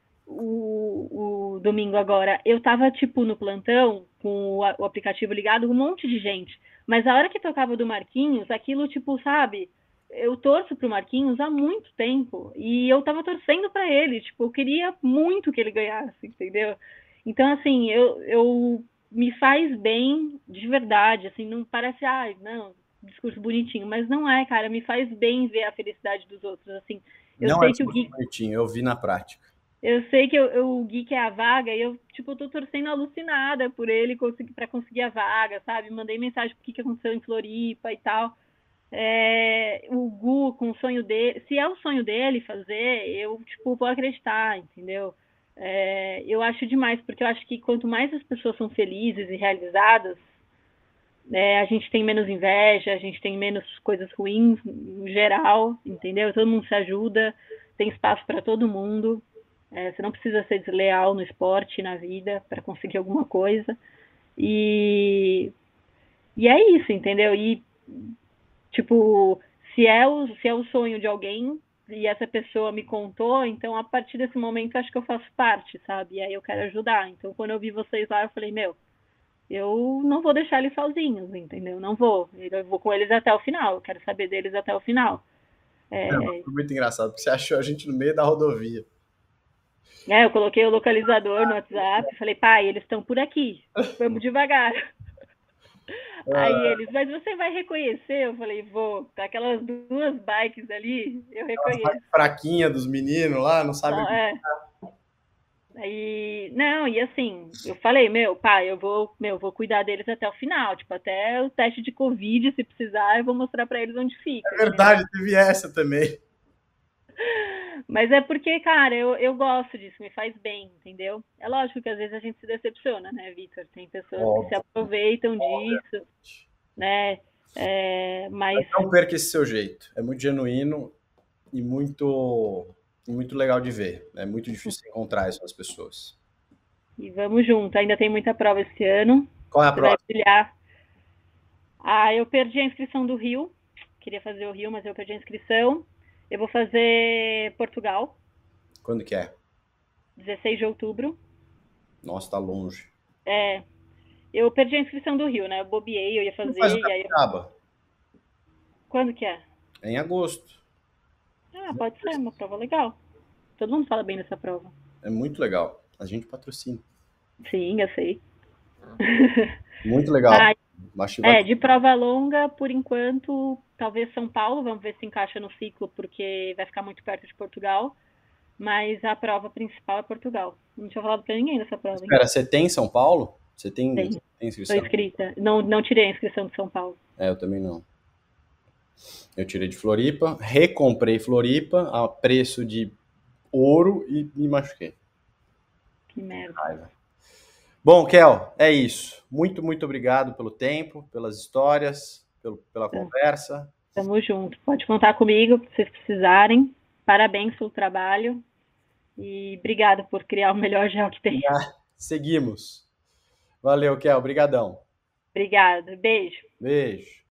o domingo agora. Eu tava, tipo, no plantão com o aplicativo ligado, um monte de gente. Mas a hora que tocava do Marquinhos, aquilo, tipo, sabe? Eu torço pro Marquinhos há muito tempo. E eu tava torcendo pra ele. Tipo, eu queria muito que ele ganhasse, entendeu? Então, assim, eu me faz bem de verdade, assim, não parece, ai, não, discurso bonitinho, mas não é, cara, me faz bem ver a felicidade dos outros, assim. Eu Não é sei que o discurso Gui, bonitinho, eu vi na prática. eu sei que o Gui quer a vaga e eu, tipo, tô torcendo alucinada por ele para conseguir a vaga, sabe? Mandei mensagem pro que aconteceu em Floripa e tal. O Gu com o sonho dele, se é o sonho dele fazer, eu, tipo, vou acreditar, entendeu? Eu acho demais, porque eu acho que quanto mais as pessoas são felizes e realizadas, a gente tem menos inveja, a gente tem menos coisas ruins no geral, entendeu? Todo mundo se ajuda, tem espaço para todo mundo. Você não precisa ser desleal no esporte, na vida, para conseguir alguma coisa. E, e é isso, entendeu? E, tipo, se é o sonho de alguém e essa pessoa me contou, então a partir desse momento acho que eu faço parte, sabe? E aí eu quero ajudar. Então quando eu vi vocês lá, eu falei, meu, eu não vou deixar eles sozinhos, entendeu? Não vou. Eu vou com eles até o final. Eu quero saber deles até o final. Não, mas É, foi muito engraçado, porque você achou a gente no meio da rodovia. eu coloquei o localizador no WhatsApp, falei, pai, eles estão por aqui. Vamos devagar. Aí eles, mas você vai reconhecer? Eu falei, vou. Tá aquelas duas bikes ali, eu reconheço. Fraquinha dos meninos lá, não sabe. Não, Aí, não, e assim, eu falei, meu, pai, eu vou cuidar deles até o final, tipo, até o teste de Covid, se precisar, eu vou mostrar pra eles onde fica, É entendeu? verdade, teve essa também. Mas é porque, cara, eu gosto disso, me faz bem, entendeu? É lógico que às vezes a gente se decepciona, né, Vitor? Tem pessoas que se Óbvio, aproveitam óbvio. disso, né? Mas Não perca esse seu jeito. É muito genuíno e muito legal de ver. É muito difícil encontrar isso nas pessoas. e vamos junto, ainda tem muita prova esse ano. Qual é a Você vai próxima? brilhar. Ah, eu perdi a inscrição do Rio. Queria fazer o Rio, mas eu perdi a inscrição. Eu vou fazer Portugal, Quando que é? 16 de outubro. Nossa, tá longe. É, eu perdi a inscrição do Rio, né? Eu bobiei, eu ia Não faz o fazer, e aí. Capixaba? Quando que é? É em agosto. Ah, pode ser, uma prova legal. Todo mundo fala bem dessa prova. É muito legal. A gente patrocina. Sim, eu sei. Muito legal. Ah, Acho que vale. de prova longa, por enquanto, talvez São Paulo, vamos ver se encaixa no ciclo, porque vai ficar muito perto de Portugal. Mas a prova principal é Portugal. Não tinha falado pra ninguém dessa prova, hein? Espera, você tem em São Paulo? Tem. Tem Estou inscrição? inscrita. Não, não tirei a inscrição de São Paulo. É, eu também não. Eu tirei de Floripa, recomprei Floripa a preço de ouro e me machuquei. Que merda. Raiva. Bom, Kel, é isso. Muito, muito obrigado pelo tempo, pelas histórias, pela Então, conversa. tamo junto. Pode contar comigo se vocês precisarem. Parabéns pelo trabalho. E obrigada por criar o melhor gel que tem. Seguimos. Valeu, Kel. Obrigadão. Obrigada. Beijo. Beijo.